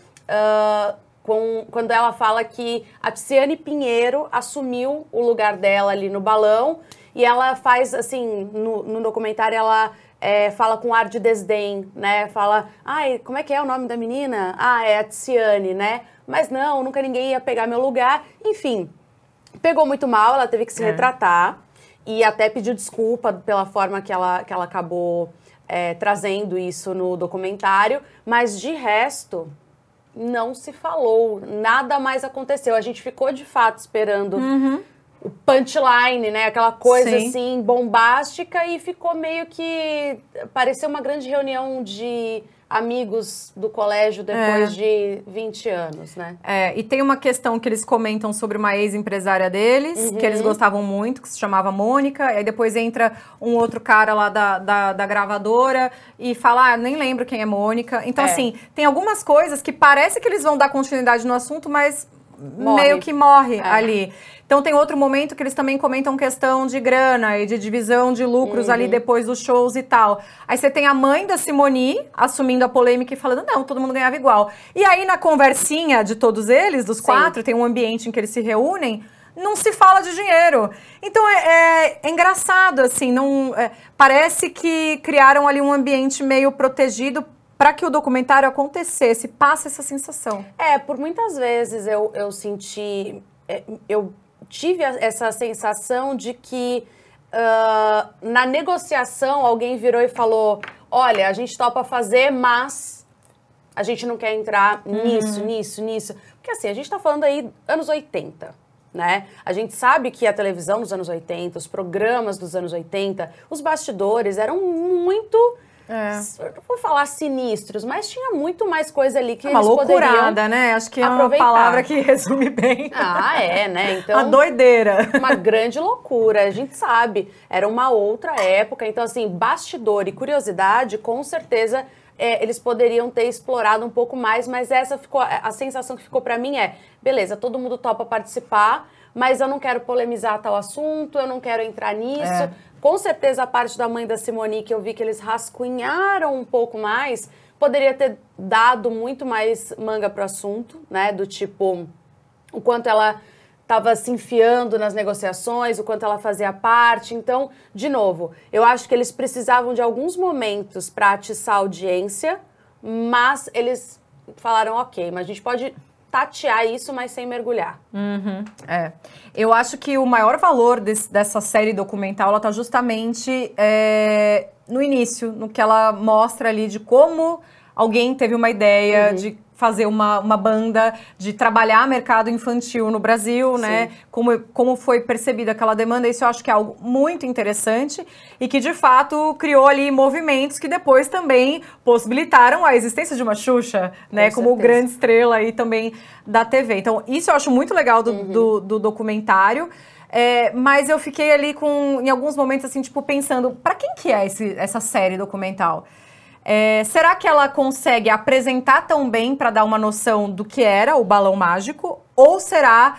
quando ela fala que a Tiziane Pinheiro assumiu o lugar dela ali no balão, e ela faz, assim, no documentário ela fala com ar de desdém, né? Fala, ai, como é que é o nome da menina? Ah, é a Tiziane, né? Mas não, nunca ninguém ia pegar meu lugar. Enfim, pegou muito mal, ela teve que se retratar, e até pediu desculpa pela forma que ela acabou trazendo isso no documentário, mas de resto... não se falou, nada mais aconteceu. A gente ficou, de fato, esperando o punchline, né? Aquela coisa, assim, bombástica, e ficou meio que... pareceu uma grande reunião de amigos do colégio depois de 20 anos, né? E tem uma questão que eles comentam sobre uma ex-empresária deles, que eles gostavam muito, que se chamava Mônica, e aí depois entra um outro cara lá da gravadora e fala, nem lembro quem é Mônica. Então, assim, tem algumas coisas que parece que eles vão dar continuidade no assunto, mas meio que morre ali. Então tem outro momento que eles também comentam questão de grana e de divisão de lucros ali depois dos shows e tal. Aí você tem a mãe da Simone assumindo a polêmica e falando, não, todo mundo ganhava igual. E aí na conversinha de todos eles, dos quatro, tem um ambiente em que eles se reúnem, não se fala de dinheiro. Então é engraçado, assim, parece que criaram ali um ambiente meio protegido para que o documentário acontecesse, passa essa sensação. Por muitas vezes eu senti... eu tive essa sensação de que na negociação alguém virou e falou, olha, a gente topa fazer, mas a gente não quer entrar nisso. Porque assim, a gente tá falando aí anos 80, né? A gente sabe que a televisão dos anos 80, os programas dos anos 80, os bastidores eram muito... não vou falar sinistros, mas tinha muito mais coisa ali que eles poderiam, né? Acho que é aproveitar. Uma palavra que resume bem. Né? Então, uma doideira. Uma grande loucura, a gente sabe. Era uma outra época, então assim, bastidor e curiosidade, com certeza, eles poderiam ter explorado um pouco mais, mas essa ficou, a sensação que ficou pra mim beleza, todo mundo topa participar, mas eu não quero polemizar tal assunto, eu não quero entrar nisso. Com certeza a parte da mãe da Simone, que eu vi que eles rascunharam um pouco mais, poderia ter dado muito mais manga pro assunto, né? Do tipo, o quanto ela estava se enfiando nas negociações, o quanto ela fazia parte. Então, de novo, eu acho que eles precisavam de alguns momentos para atiçar a audiência, mas eles falaram, ok, mas a gente pode... tatear isso, mas sem mergulhar. Eu acho que o maior valor dessa série documental, ela tá justamente no início, no que ela mostra ali de como alguém teve uma ideia de fazer uma banda, de trabalhar mercado infantil no Brasil, né? Como foi percebida aquela demanda, isso eu acho que é algo muito interessante e que, de fato, criou ali movimentos que depois também possibilitaram a existência de uma Xuxa, né? Como grande estrela aí também da TV. Então, isso eu acho muito legal do documentário. Mas eu fiquei ali em alguns momentos, assim, tipo, pensando, pra quem que é essa série documental? Será que ela consegue apresentar tão bem para dar uma noção do que era o Balão Mágico? Ou será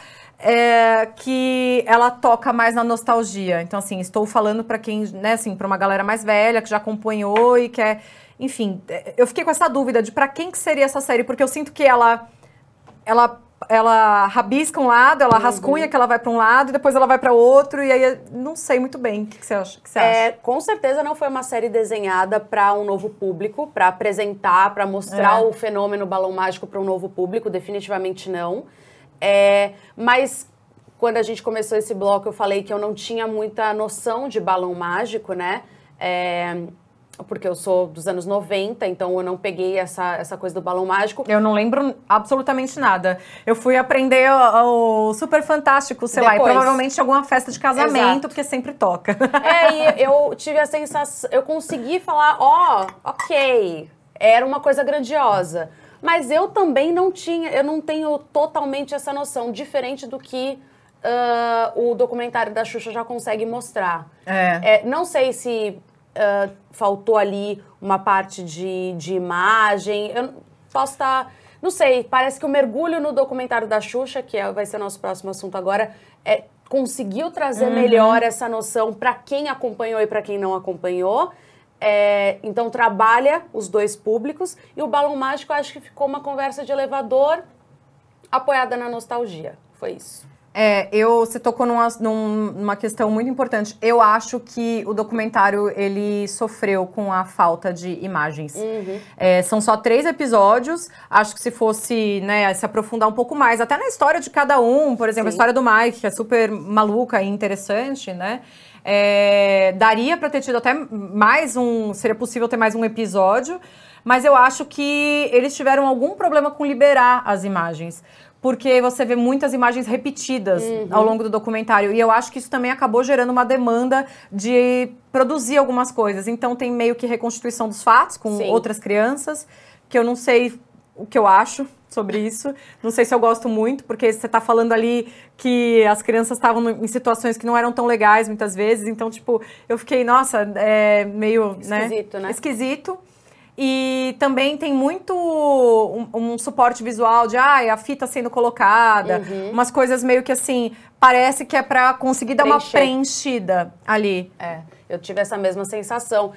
que ela toca mais na nostalgia? Então, assim, estou falando para quem, né, assim, para uma galera mais velha que já acompanhou e quer... Enfim, eu fiquei com essa dúvida de para quem que seria essa série, porque eu sinto que ela rabisca um lado, ela rascunha que ela vai para um lado, e depois ela vai para outro, e aí não sei muito bem. O que você acha? Com certeza não foi uma série desenhada para um novo público, para apresentar, para mostrar o fenômeno Balão Mágico para um novo público, definitivamente não. Mas quando a gente começou esse bloco, eu falei que eu não tinha muita noção de Balão Mágico, né? Porque eu sou dos anos 90, então eu não peguei essa coisa do Balão Mágico. Eu não lembro absolutamente nada. Eu fui aprender o Super Fantástico, sei lá, e provavelmente alguma festa de casamento, porque sempre toca. E eu tive a sensação, eu consegui falar, ok, era uma coisa grandiosa. Mas eu também eu não tenho totalmente essa noção, diferente do que o documentário da Xuxa já consegue mostrar. Não sei se faltou ali uma parte de imagem. Eu posso estar... Não sei, parece que o mergulho no documentário da Xuxa, que vai ser o nosso próximo assunto agora, conseguiu trazer melhor essa noção para quem acompanhou e para quem não acompanhou. Então trabalha os dois públicos. E o Balão Mágico, acho que ficou uma conversa de elevador apoiada na nostalgia. Foi isso. Você tocou numa questão muito importante. Eu acho que o documentário, ele sofreu com a falta de imagens. São só 3 episódios. Acho que se fosse, né, se aprofundar um pouco mais, até na história de cada um, por exemplo, a história do Mike, que é super maluca e interessante, né? Daria pra ter tido até seria possível ter mais um episódio, mas eu acho que eles tiveram algum problema com liberar as imagens. Porque você vê muitas imagens repetidas ao longo do documentário. E eu acho que isso também acabou gerando uma demanda de produzir algumas coisas. Então tem meio que reconstituição dos fatos com outras crianças, que eu não sei o que eu acho sobre isso. Não sei se eu gosto muito, porque você tá falando ali que as crianças estavam em situações que não eram tão legais muitas vezes. Então, tipo, eu fiquei, nossa, meio... Esquisito, né? Esquisito. E também tem muito um suporte visual de a fita sendo colocada, umas coisas meio que assim, parece que é pra conseguir dar uma preenchida ali. Eu tive essa mesma sensação.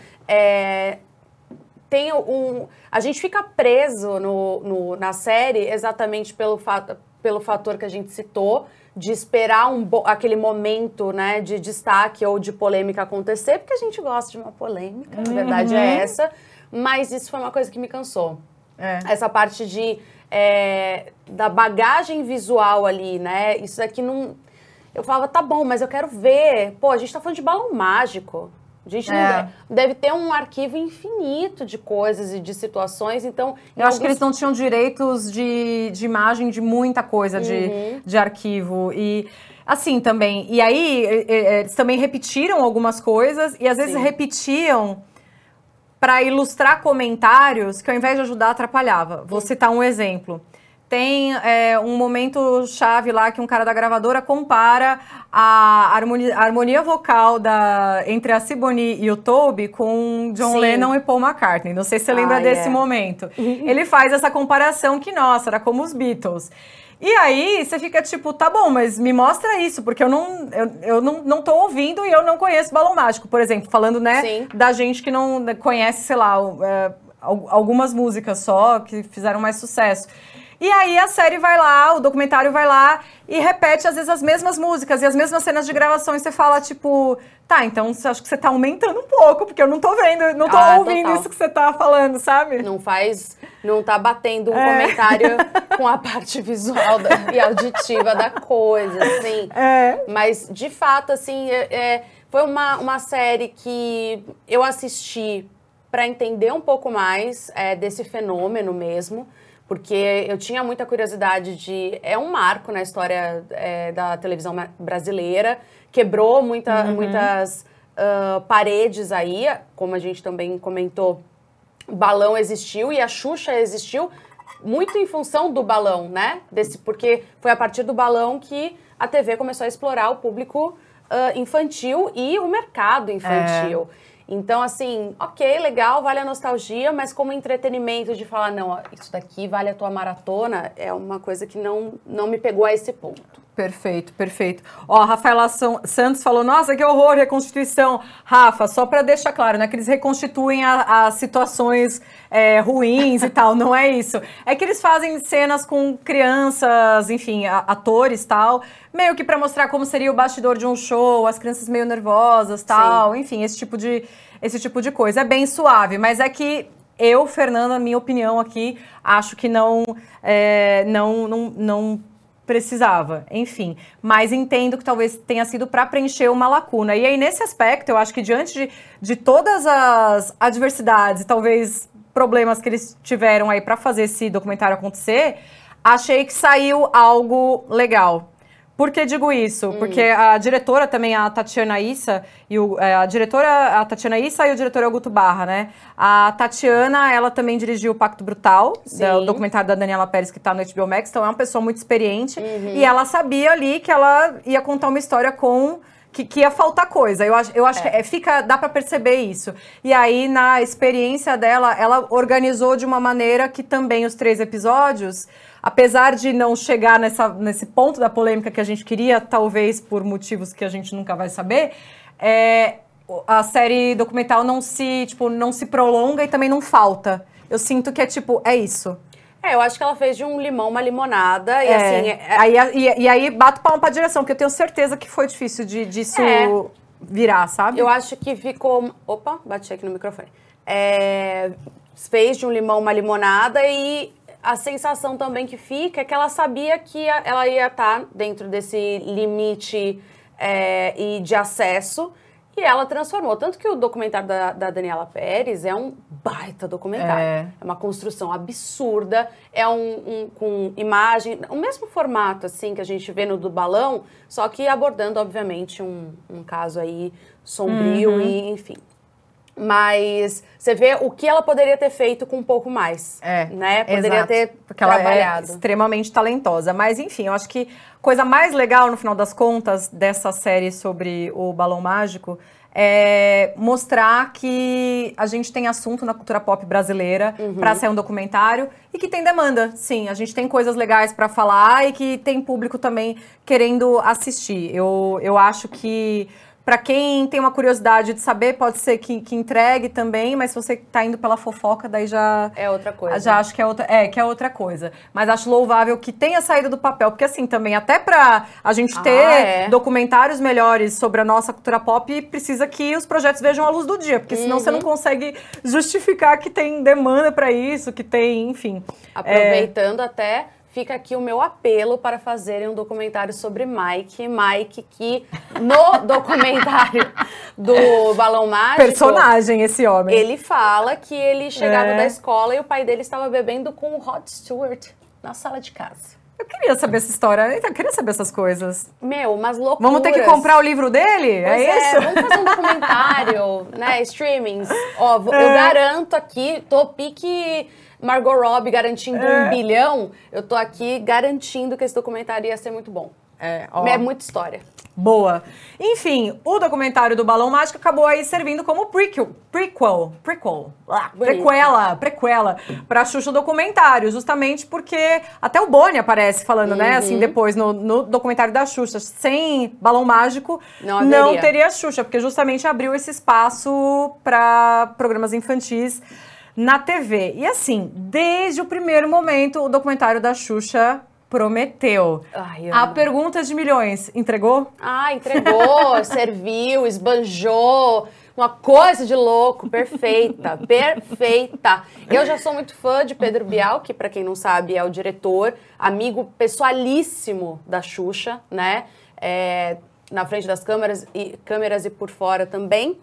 A gente fica preso na série exatamente pelo fator que a gente citou, de esperar aquele momento, né, de destaque ou de polêmica acontecer, porque a gente gosta de uma polêmica, a verdade é essa. Mas isso foi uma coisa que me cansou. Essa parte da bagagem visual ali, né? Isso aqui não... Eu falava, tá bom, mas eu quero ver. Pô, a gente tá falando de Balão Mágico. A gente não deve ter um arquivo infinito de coisas e de situações, então... Eu acho que eles não tinham direitos de imagem de muita coisa de arquivo. E... Assim, também. E aí, eles também repetiram algumas coisas e às vezes repetiam... para ilustrar comentários que ao invés de ajudar, atrapalhava. Vou citar um exemplo. Tem um momento chave lá que um cara da gravadora compara a harmonia vocal entre a Siboney e o Toby com John Lennon e Paul McCartney. Não sei se você lembra desse momento. Ele faz essa comparação que, nossa, era como os Beatles. E aí, você fica tipo, tá bom, mas me mostra isso, porque eu não tô ouvindo e eu não conheço Balão Mágico, por exemplo, falando, né, da gente que não conhece, sei lá, algumas músicas só, que fizeram mais sucesso. E aí a série vai lá, o documentário vai lá e repete, às vezes, as mesmas músicas e as mesmas cenas de gravação. E você fala, tipo, tá, então acho que você tá aumentando um pouco, porque eu não tô vendo, não tô ouvindo total. Isso que você tá falando, sabe? Não tá batendo um comentário com a parte visual e auditiva da coisa, assim. Mas, de fato, assim, foi uma série que eu assisti pra entender um pouco mais desse fenômeno mesmo. Porque eu tinha muita curiosidade é um marco na história da televisão brasileira, quebrou muitas paredes aí, como a gente também comentou, o Balão existiu e a Xuxa existiu muito em função do Balão, né? Porque foi a partir do Balão que a TV começou a explorar o público infantil e o mercado infantil. Então, assim, ok, legal, vale a nostalgia, mas como entretenimento de falar, não, isso daqui vale a tua maratona, é uma coisa que não me pegou a esse ponto. Perfeito, perfeito. Ó, a Rafaela Santos falou, nossa, que horror, reconstituição. Rafa, só pra deixar claro, né, que eles reconstituem as situações ruins e tal, não é isso. É que eles fazem cenas com crianças, enfim, atores e tal, meio que pra mostrar como seria o bastidor de um show, as crianças meio nervosas e tal, enfim, esse tipo de coisa. É bem suave, mas é que eu, Fernanda, minha opinião aqui, acho que não precisava, enfim. Mas entendo que talvez tenha sido para preencher uma lacuna. E aí, nesse aspecto, eu acho que diante de todas as adversidades e talvez problemas que eles tiveram aí para fazer esse documentário acontecer, achei que saiu algo legal. Por que digo isso? Porque a diretora também, a Tatiana Issa, e o diretor é o Guto Barra, né? A Tatiana, ela também dirigiu o Pacto Brutal, o documentário da Daniela Pérez, que tá no HBO Max, então é uma pessoa muito experiente. E ela sabia ali que ela ia contar uma história que ia faltar coisa. Eu acho que dá pra perceber isso. E aí, na experiência dela, ela organizou de uma maneira que também os 3 episódios, apesar de não chegar nesse ponto da polêmica que a gente queria, talvez por motivos que a gente nunca vai saber, a série documental não se prolonga e também não falta. Eu sinto que é isso. Eu acho que ela fez de um limão uma limonada. E assim. E aí bato palma pra direção, porque eu tenho certeza que foi difícil disso virar, sabe? Eu acho que ficou. Opa, bati aqui no microfone. Fez de um limão uma limonada e a sensação também que fica é que ela sabia que ela ia estar dentro desse limite e de acesso. E ela transformou. Tanto que o documentário da Daniela Pérez é um baita documentário. É uma construção absurda. É com imagem, o mesmo formato, assim, que a gente vê no do Balão, só que abordando, obviamente, um caso aí sombrio e, enfim. Mas você vê o que ela poderia ter feito com um pouco mais, né? Poderia ter porque trabalhado. Ela é extremamente talentosa. Mas, enfim, eu acho que a coisa mais legal, no final das contas, dessa série sobre o Balão Mágico é mostrar que a gente tem assunto na cultura pop brasileira para ser um documentário e que tem demanda, sim. A gente tem coisas legais para falar e que tem público também querendo assistir. Eu acho que para quem tem uma curiosidade de saber, pode ser que entregue também, mas se você tá indo pela fofoca, daí já... É outra coisa. Já acho que é outra coisa. Mas acho louvável que tenha saído do papel, porque assim, também, até pra a gente ter documentários melhores sobre a nossa cultura pop, precisa que os projetos vejam a luz do dia, porque senão você não consegue justificar que tem demanda pra isso, que tem, enfim... Aproveitando até... Fica aqui o meu apelo para fazerem um documentário sobre Mike. Mike, que no documentário do Balão Mágico... Personagem, esse homem. Ele fala que ele chegava da escola e o pai dele estava bebendo com o Rod Stewart na sala de casa. Eu queria saber essa história, eu queria saber essas coisas. Umas loucuras. Vamos ter que comprar o livro dele? Isso? Vamos fazer um documentário, né? Streamings. Eu garanto aqui, tô pique... Margot Robbie garantindo 1 bilhão, eu tô aqui garantindo que esse documentário ia ser muito bom. É muita história. Boa. Enfim, o documentário do Balão Mágico acabou aí servindo como prequela pra Xuxa documentário, justamente porque até o Boni aparece falando, né, assim, depois no documentário da Xuxa, sem Balão Mágico, não teria Xuxa, porque justamente abriu esse espaço para programas infantis na TV. E assim, desde o primeiro momento, o documentário da Xuxa prometeu. A pergunta de milhões, entregou? Entregou, serviu, esbanjou. Uma coisa de louco, perfeita, perfeita. Eu já sou muito fã de Pedro Bial, que pra quem não sabe é o diretor, amigo pessoalíssimo da Xuxa, né? Na frente das câmeras e por fora também.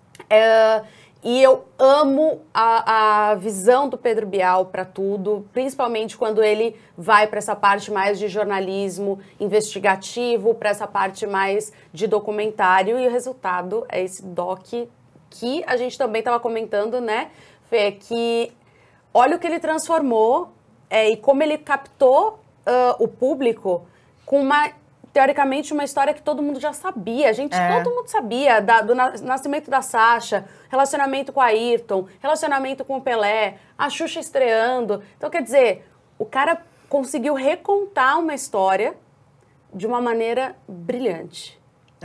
E eu amo a visão do Pedro Bial para tudo, principalmente quando ele vai para essa parte mais de jornalismo investigativo, para essa parte mais de documentário, e o resultado é esse doc que a gente também estava comentando, né, Fê, que olha o que ele transformou e como ele captou o público com teoricamente, uma história que todo mundo já sabia. Todo mundo sabia do nascimento da Sasha, relacionamento com a Ayrton, relacionamento com o Pelé, a Xuxa estreando. Então, quer dizer, o cara conseguiu recontar uma história de uma maneira brilhante.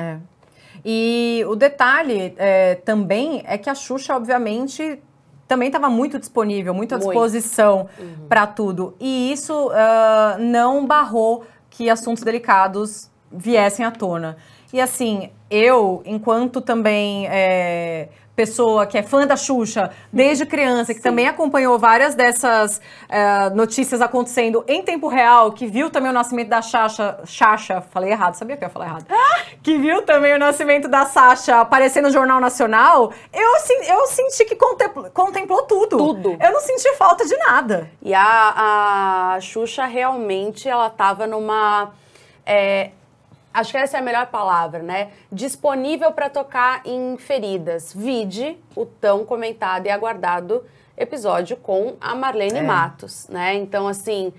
E o detalhe também é que a Xuxa, obviamente, também estava muito disponível, muito à disposição para tudo. E isso não barrou que assuntos delicados viessem à tona. E assim, eu, enquanto também pessoa que é fã da Xuxa desde criança, que também acompanhou várias dessas notícias acontecendo em tempo real, que viu também o nascimento da Sasha, falei errado, sabia que eu ia falar errado, que viu também o nascimento da Sasha aparecer no Jornal Nacional, eu senti que contemplou tudo. Eu não senti falta de nada. E a Xuxa realmente, ela tava numa... acho que essa é a melhor palavra, né? Disponível para tocar em feridas. Vide o tão comentado e aguardado episódio com a Marlene Matos, né? Então, assim,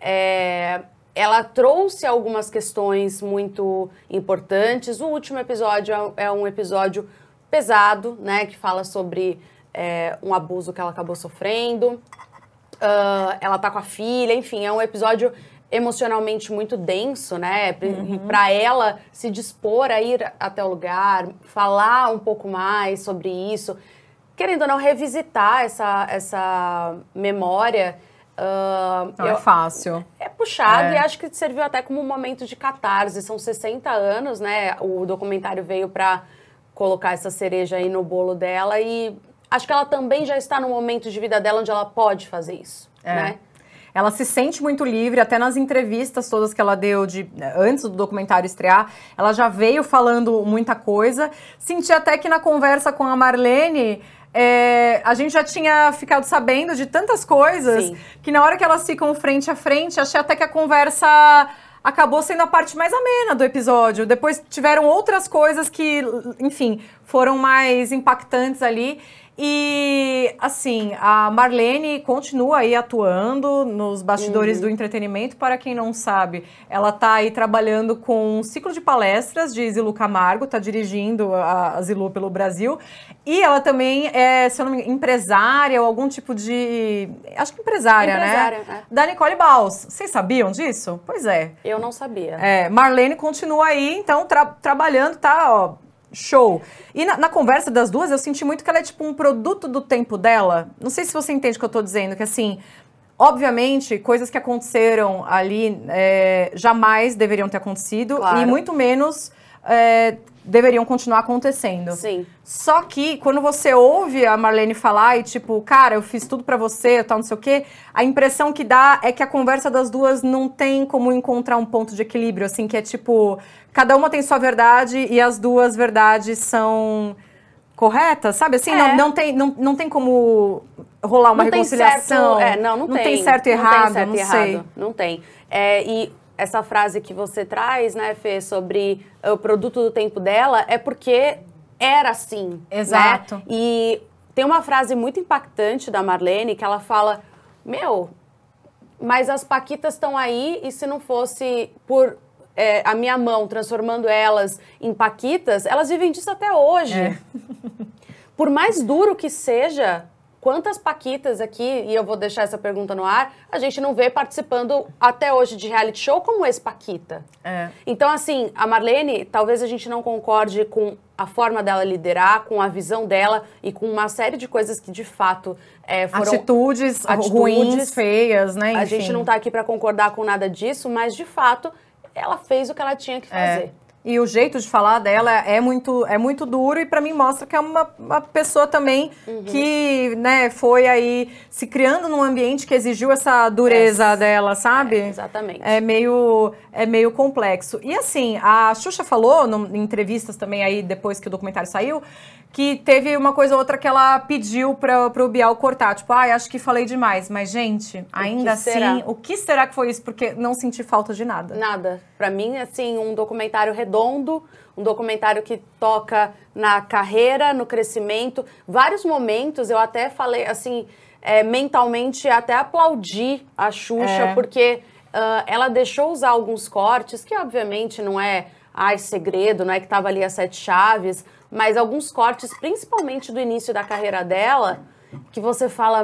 ela trouxe algumas questões muito importantes. O último episódio é um episódio pesado, né? Que fala sobre um abuso que ela acabou sofrendo. Ela tá com a filha, enfim, é um episódio emocionalmente muito denso, né? Para ela se dispor a ir até o lugar, falar um pouco mais sobre isso, querendo ou não revisitar essa memória. Não é fácil. É puxado e acho que serviu até como um momento de catarse. São 60 anos, né? O documentário veio para colocar essa cereja aí no bolo dela e acho que ela também já está no momento de vida dela onde ela pode fazer isso, né? Ela se sente muito livre, até nas entrevistas todas que ela deu antes do documentário estrear, ela já veio falando muita coisa. Senti até que na conversa com a Marlene, a gente já tinha ficado sabendo de tantas coisas, que na hora que elas ficam frente a frente, achei até que a conversa acabou sendo a parte mais amena do episódio. Depois tiveram outras coisas que, enfim, foram mais impactantes ali. E, assim, a Marlene continua aí atuando nos bastidores do entretenimento. Para quem não sabe, ela tá aí trabalhando com um ciclo de palestras de Zilu Camargo, tá dirigindo a Zilu pelo Brasil. E ela também é, se eu não me engano, empresária ou algum tipo de... Acho que empresária, né? Da Nicole Baus. Vocês sabiam disso? Pois é. Eu não sabia. Marlene continua aí, então, trabalhando, tá, ó... Show. E na conversa das duas, eu senti muito que ela é tipo um produto do tempo dela. Não sei se você entende o que eu tô dizendo, que assim, obviamente, coisas que aconteceram ali jamais deveriam ter acontecido e muito menos deveriam continuar acontecendo. Sim. Só que quando você ouve a Marlene falar e tipo, cara, eu fiz tudo pra você, tal, não sei o quê, a impressão que dá é que a conversa das duas não tem como encontrar um ponto de equilíbrio, assim, que é tipo, cada uma tem sua verdade e as duas verdades são corretas, sabe? Assim, não tem como rolar uma reconciliação. Não tem. Não tem certo e errado, não sei. Não tem. E essa frase que você traz, né, Fê, sobre o produto do tempo dela, é porque era assim. Exato. Né? E tem uma frase muito impactante da Marlene que ela fala, mas as paquitas estão aí e se não fosse por a minha mão transformando elas em paquitas, elas vivem disso até hoje. Por mais duro que seja... Quantas paquitas aqui, e eu vou deixar essa pergunta no ar, a gente não vê participando até hoje de reality show como esse paquita. Então, assim, a Marlene, talvez a gente não concorde com a forma dela liderar, com a visão dela e com uma série de coisas que, de fato, foram... Atitudes ruins, feias, né? Enfim. A gente não tá aqui para concordar com nada disso, mas, de fato, ela fez o que ela tinha que fazer. E o jeito de falar dela é muito duro e pra mim mostra que é uma pessoa também que, né, foi aí se criando num ambiente que exigiu essa dureza dela, sabe? Exatamente. É meio complexo. E assim, a Xuxa falou em entrevistas também aí depois que o documentário saiu, que teve uma coisa ou outra que ela pediu pro Bial cortar. Tipo, acho que falei demais. Mas, gente, ainda assim, o que será que foi isso? Porque não senti falta de nada. Nada. Pra mim, assim, um documentário redondo, um documentário que toca na carreira, no crescimento. Vários momentos, eu até falei, assim, mentalmente, até aplaudi a Xuxa, porque ela deixou usar alguns cortes, que obviamente não é segredo, não é que tava ali as 7 chaves, mas alguns cortes, principalmente do início da carreira dela, que você fala,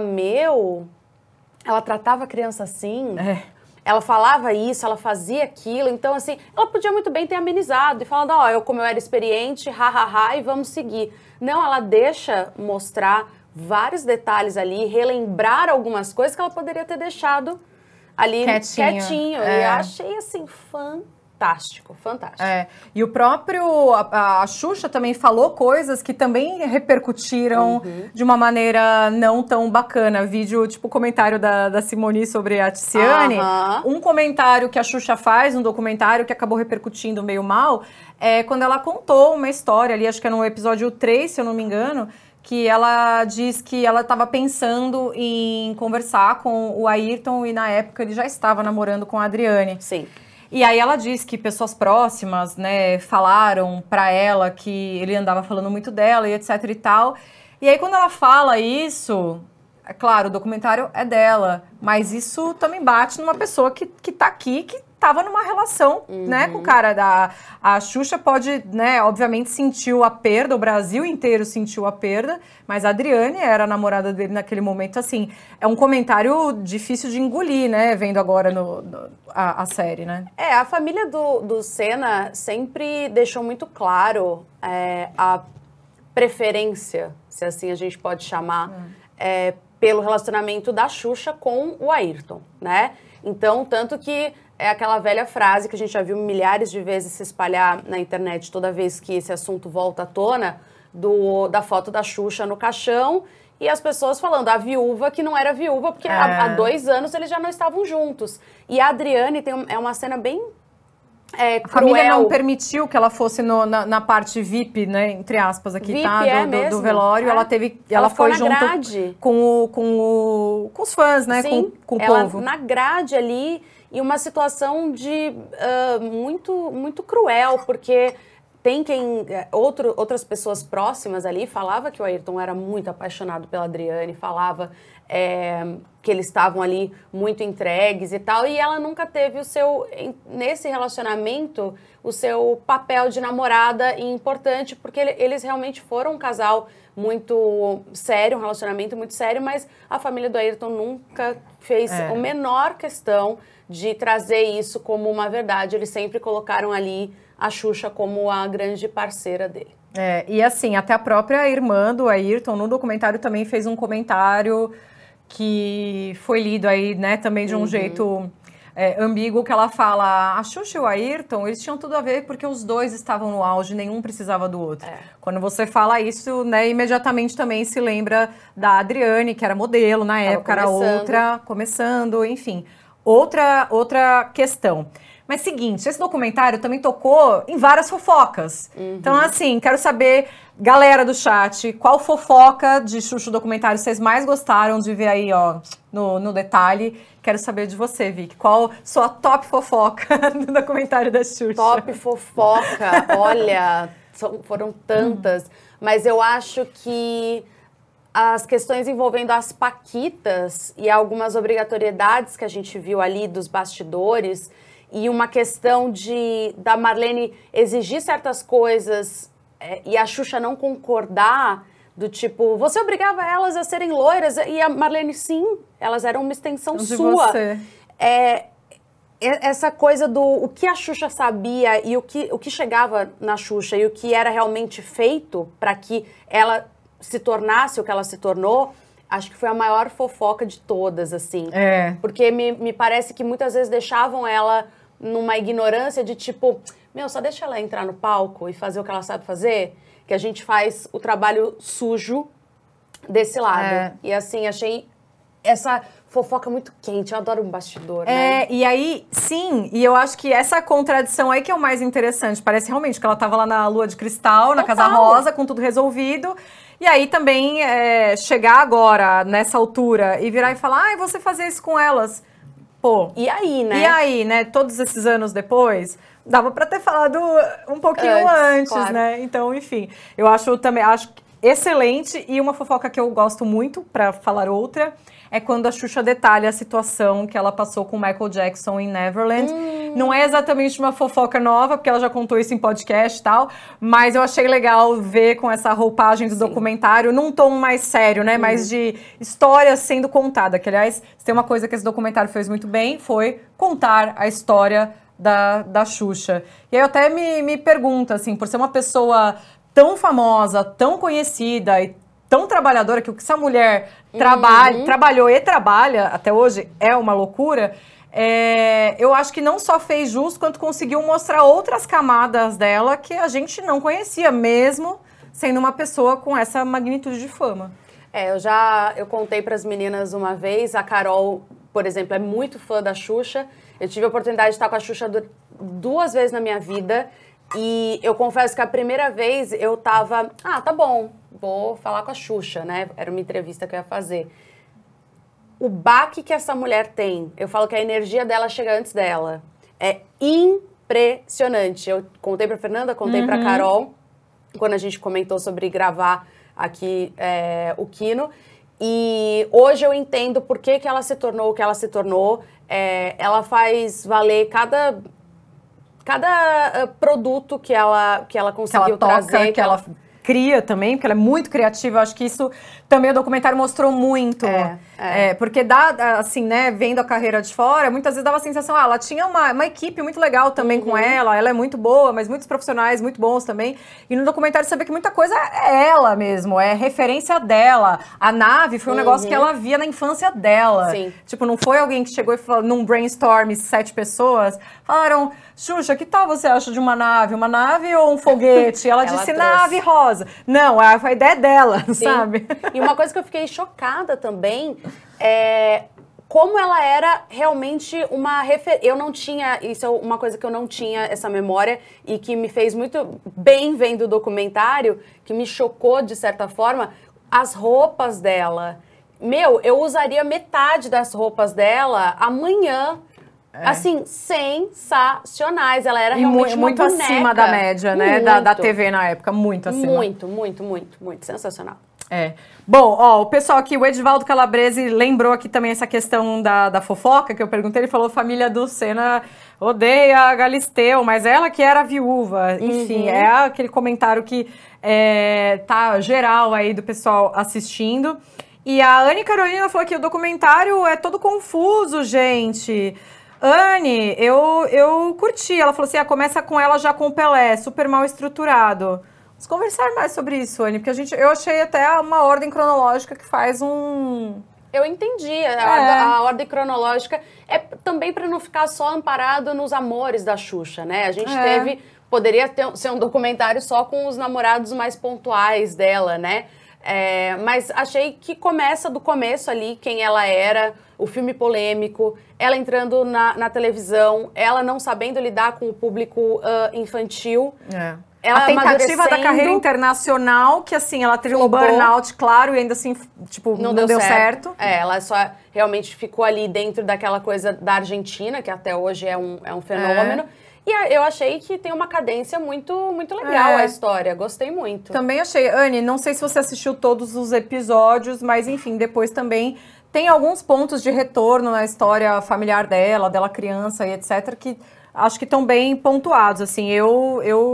ela tratava a criança assim, ela falava isso, ela fazia aquilo, então assim, ela podia muito bem ter amenizado e falado, como eu era experiente, e vamos seguir. Não, ela deixa mostrar vários detalhes ali, relembrar algumas coisas que ela poderia ter deixado ali quietinho. E eu achei assim, fantástico. E o próprio, a Xuxa também falou coisas que também repercutiram de uma maneira não tão bacana. Vídeo, tipo o comentário da Simone sobre a Tiziane. Um comentário que a Xuxa faz, um documentário que acabou repercutindo meio mal, quando ela contou uma história ali, acho que é no episódio 3, se eu não me engano, que ela diz que ela estava pensando em conversar com o Ayrton e na época ele já estava namorando com a Adriane. Sim. E aí ela diz que pessoas próximas, né, falaram pra ela que ele andava falando muito dela e etc e tal. E aí quando ela fala isso, é claro, o documentário é dela, mas isso também bate numa pessoa que tá aqui, que tava numa relação, né, com o cara. A Xuxa pode, né, obviamente sentiu a perda, o Brasil inteiro sentiu a perda, mas a Adriane era a namorada dele naquele momento, assim, é um comentário difícil de engolir, né, vendo agora a série, né. A família do Senna sempre deixou muito claro a preferência, se assim a gente pode chamar, pelo relacionamento da Xuxa com o Ayrton, né? Então, tanto que é aquela velha frase que a gente já viu milhares de vezes se espalhar na internet toda vez que esse assunto volta à tona, da foto da Xuxa no caixão e as pessoas falando, a viúva que não era viúva, porque há 2 anos eles já não estavam juntos. E a Adriane é uma cena bem a família não permitiu que ela fosse na parte VIP, né, entre aspas, aqui, VIP, tá? Do velório. Ela foi junto grade. com os fãs, né? Sim, com o ela povo. Na grade ali, e uma situação de muito, muito cruel, porque tem outras pessoas próximas ali, falava que o Ayrton era muito apaixonado pela Adriane, falava que eles estavam ali muito entregues e tal, e ela nunca teve nesse relacionamento, o seu papel de namorada importante, porque eles realmente foram um casal muito sério, um relacionamento muito sério, mas a família do Ayrton nunca fez a menor questão de trazer isso como uma verdade. Eles sempre colocaram ali a Xuxa como a grande parceira dele. E assim, até a própria irmã do Ayrton, no documentário, também fez um comentário que foi lido aí, né, também de um jeito ambíguo, que ela fala, a Xuxa e o Ayrton, eles tinham tudo a ver porque os dois estavam no auge, nenhum precisava do outro. Quando você fala isso, né, imediatamente também se lembra da Adriane, que era modelo na época, era outra, começando, enfim. Outra questão. Mas seguinte, esse documentário também tocou em várias fofocas. Então, assim, quero saber, galera do chat, qual fofoca de Xuxa documentário vocês mais gostaram de ver aí, ó, no detalhe. Quero saber de você, Vicky. Qual sua top fofoca do documentário da Xuxa? Top fofoca, olha, foram tantas. Mas eu acho que as questões envolvendo as paquitas e algumas obrigatoriedades que a gente viu ali dos bastidores e uma questão da Marlene exigir certas coisas e a Xuxa não concordar, do tipo, você obrigava elas a serem loiras, e a Marlene, sim, elas eram uma extensão sua. Você. Essa coisa o que a Xuxa sabia e o que chegava na Xuxa e o que era realmente feito para que ela se tornasse o que ela se tornou, acho que foi a maior fofoca de todas, assim. Porque me parece que muitas vezes deixavam ela numa ignorância de tipo, só deixa ela entrar no palco e fazer o que ela sabe fazer, que a gente faz o trabalho sujo desse lado. E assim, achei essa fofoca muito quente, eu adoro um bastidor, né? E aí, sim, e eu acho que essa contradição aí que é o mais interessante, parece realmente que ela tava lá na Lua de Cristal, na Casa Rosa, com tudo resolvido, e aí também chegar agora, nessa altura, e virar e falar, você fazer isso com elas, pô. E aí, né? E aí, né, todos esses anos depois, dava pra ter falado um pouquinho antes, claro. né? Então, enfim, eu acho excelente, e uma fofoca que eu gosto muito, pra falar outra, é quando a Xuxa detalha a situação que ela passou com o Michael Jackson em Neverland. Não é exatamente uma fofoca nova, porque ela já contou isso em podcast e tal, mas eu achei legal ver com essa roupagem do documentário, num tom mais sério, né? Mais de história sendo contada. Que, aliás, se tem uma coisa que esse documentário fez muito bem, foi contar a história da Xuxa. E aí eu até me pergunto, assim, por ser uma pessoa tão famosa, tão conhecida e tão trabalhadora, que o que essa mulher trabalhou e trabalha até hoje é uma loucura, eu acho que não só fez jus, quanto conseguiu mostrar outras camadas dela que a gente não conhecia, mesmo sendo uma pessoa com essa magnitude de fama. Eu contei para as meninas uma vez, a Carol, por exemplo, é muito fã da Xuxa. Eu tive a oportunidade de estar com a Xuxa 2 vezes na minha vida, e eu confesso que a primeira vez eu tava, tá bom, vou falar com a Xuxa, né? Era uma entrevista que eu ia fazer. O baque que essa mulher tem, eu falo que a energia dela chega antes dela. impressionante. Eu contei pra Fernanda, contei pra Carol, quando a gente comentou sobre gravar aqui o Kino. E hoje eu entendo por que ela se tornou o que ela se tornou. Ela faz valer cada produto que ela conseguiu trazer. Que ela cria também, porque ela é muito criativa. Eu acho que isso também o documentário mostrou muito. Porque assim, né, vendo a carreira de fora, muitas vezes dava a sensação, ela tinha uma equipe muito legal também com ela é muito boa, mas muitos profissionais muito bons também. E no documentário você vê que muita coisa é ela mesmo, é referência dela. A nave foi um negócio que ela via na infância dela. Sim. Tipo, não foi alguém que chegou e falou, num brainstorm, 7 pessoas, falaram, Xuxa, que tal você acha de uma nave? Uma nave ou um foguete? Ela disse, trouxe. nave rosa. Não, a ideia é dela, sabe? E uma coisa que eu fiquei chocada também é como ela era realmente uma referência. Eu não tinha, isso é uma coisa que eu não tinha essa memória e que me fez muito bem vendo o documentário, que me chocou de certa forma, as roupas dela. Eu usaria metade das roupas dela amanhã. Assim, sensacionais. Ela era realmente uma muito boneca. Acima da média, né? Da TV na época, muito acima. Muito sensacional. Bom, ó, o pessoal aqui, o Edivaldo Calabrese lembrou aqui também essa questão da fofoca que eu perguntei. Ele falou, família do Senna odeia a Galisteu, mas ela que era viúva. Enfim, é aquele comentário que tá geral aí do pessoal assistindo. E a Anne Carolina falou que o documentário é todo confuso, gente. Anne, eu curti. Ela falou assim, começa com ela já com o Pelé, super mal estruturado. Vamos conversar mais sobre isso, Anne, porque eu achei até uma ordem cronológica que faz um... Eu entendi. A ordem cronológica é também para não ficar só amparado nos amores da Xuxa, né? A gente poderia ser um documentário só com os namorados mais pontuais dela, né? Mas achei que começa do começo ali, quem ela era, o filme polêmico, ela entrando na televisão, ela não sabendo lidar com o público infantil. Ela a tentativa da carreira internacional, que assim, ela teve um burnout, claro, e ainda assim, tipo, não deu certo. Ela só realmente ficou ali dentro daquela coisa da Argentina, que até hoje é um fenômeno. E eu achei que tem uma cadência muito, muito legal a história. Gostei muito. Também achei. Anne, não sei se você assistiu todos os episódios, mas enfim, depois também tem alguns pontos de retorno na história familiar dela criança e etc, que acho que estão bem pontuados, assim. Eu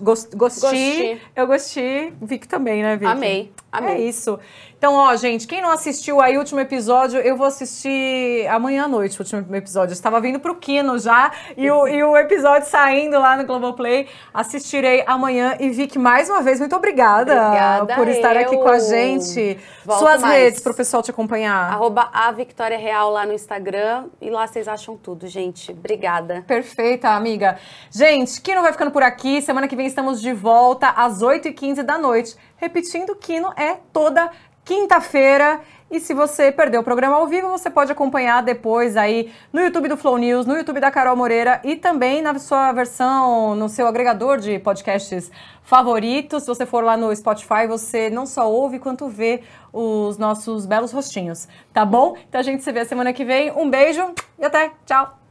gostei. Eu gostei. Vicky também, né, Vicky? Amei. É isso. Então, ó, gente, quem não assistiu aí o último episódio, eu vou assistir amanhã à noite o último episódio. Eu estava vindo pro Kino já e o episódio saindo lá no Globoplay. Assistirei amanhã. E Vicky, mais uma vez, muito obrigada por estar aqui com a gente. Suas redes para o pessoal te acompanhar. @avictoriareal lá no Instagram. E lá vocês acham tudo, gente. Obrigada. Perfeita, amiga. Gente, Kino vai ficando por aqui. Semana que vem estamos de volta às 8h15 da noite. Repetindo, Kino é toda quinta-feira. E se você perdeu o programa ao vivo, você pode acompanhar depois aí no YouTube do Flow News, no YouTube da Carol Moreira e também na sua versão, no seu agregador de podcasts favoritos. Se você for lá no Spotify, você não só ouve quanto vê os nossos belos rostinhos, tá bom? Então a gente se vê semana que vem. Um beijo e até. Tchau!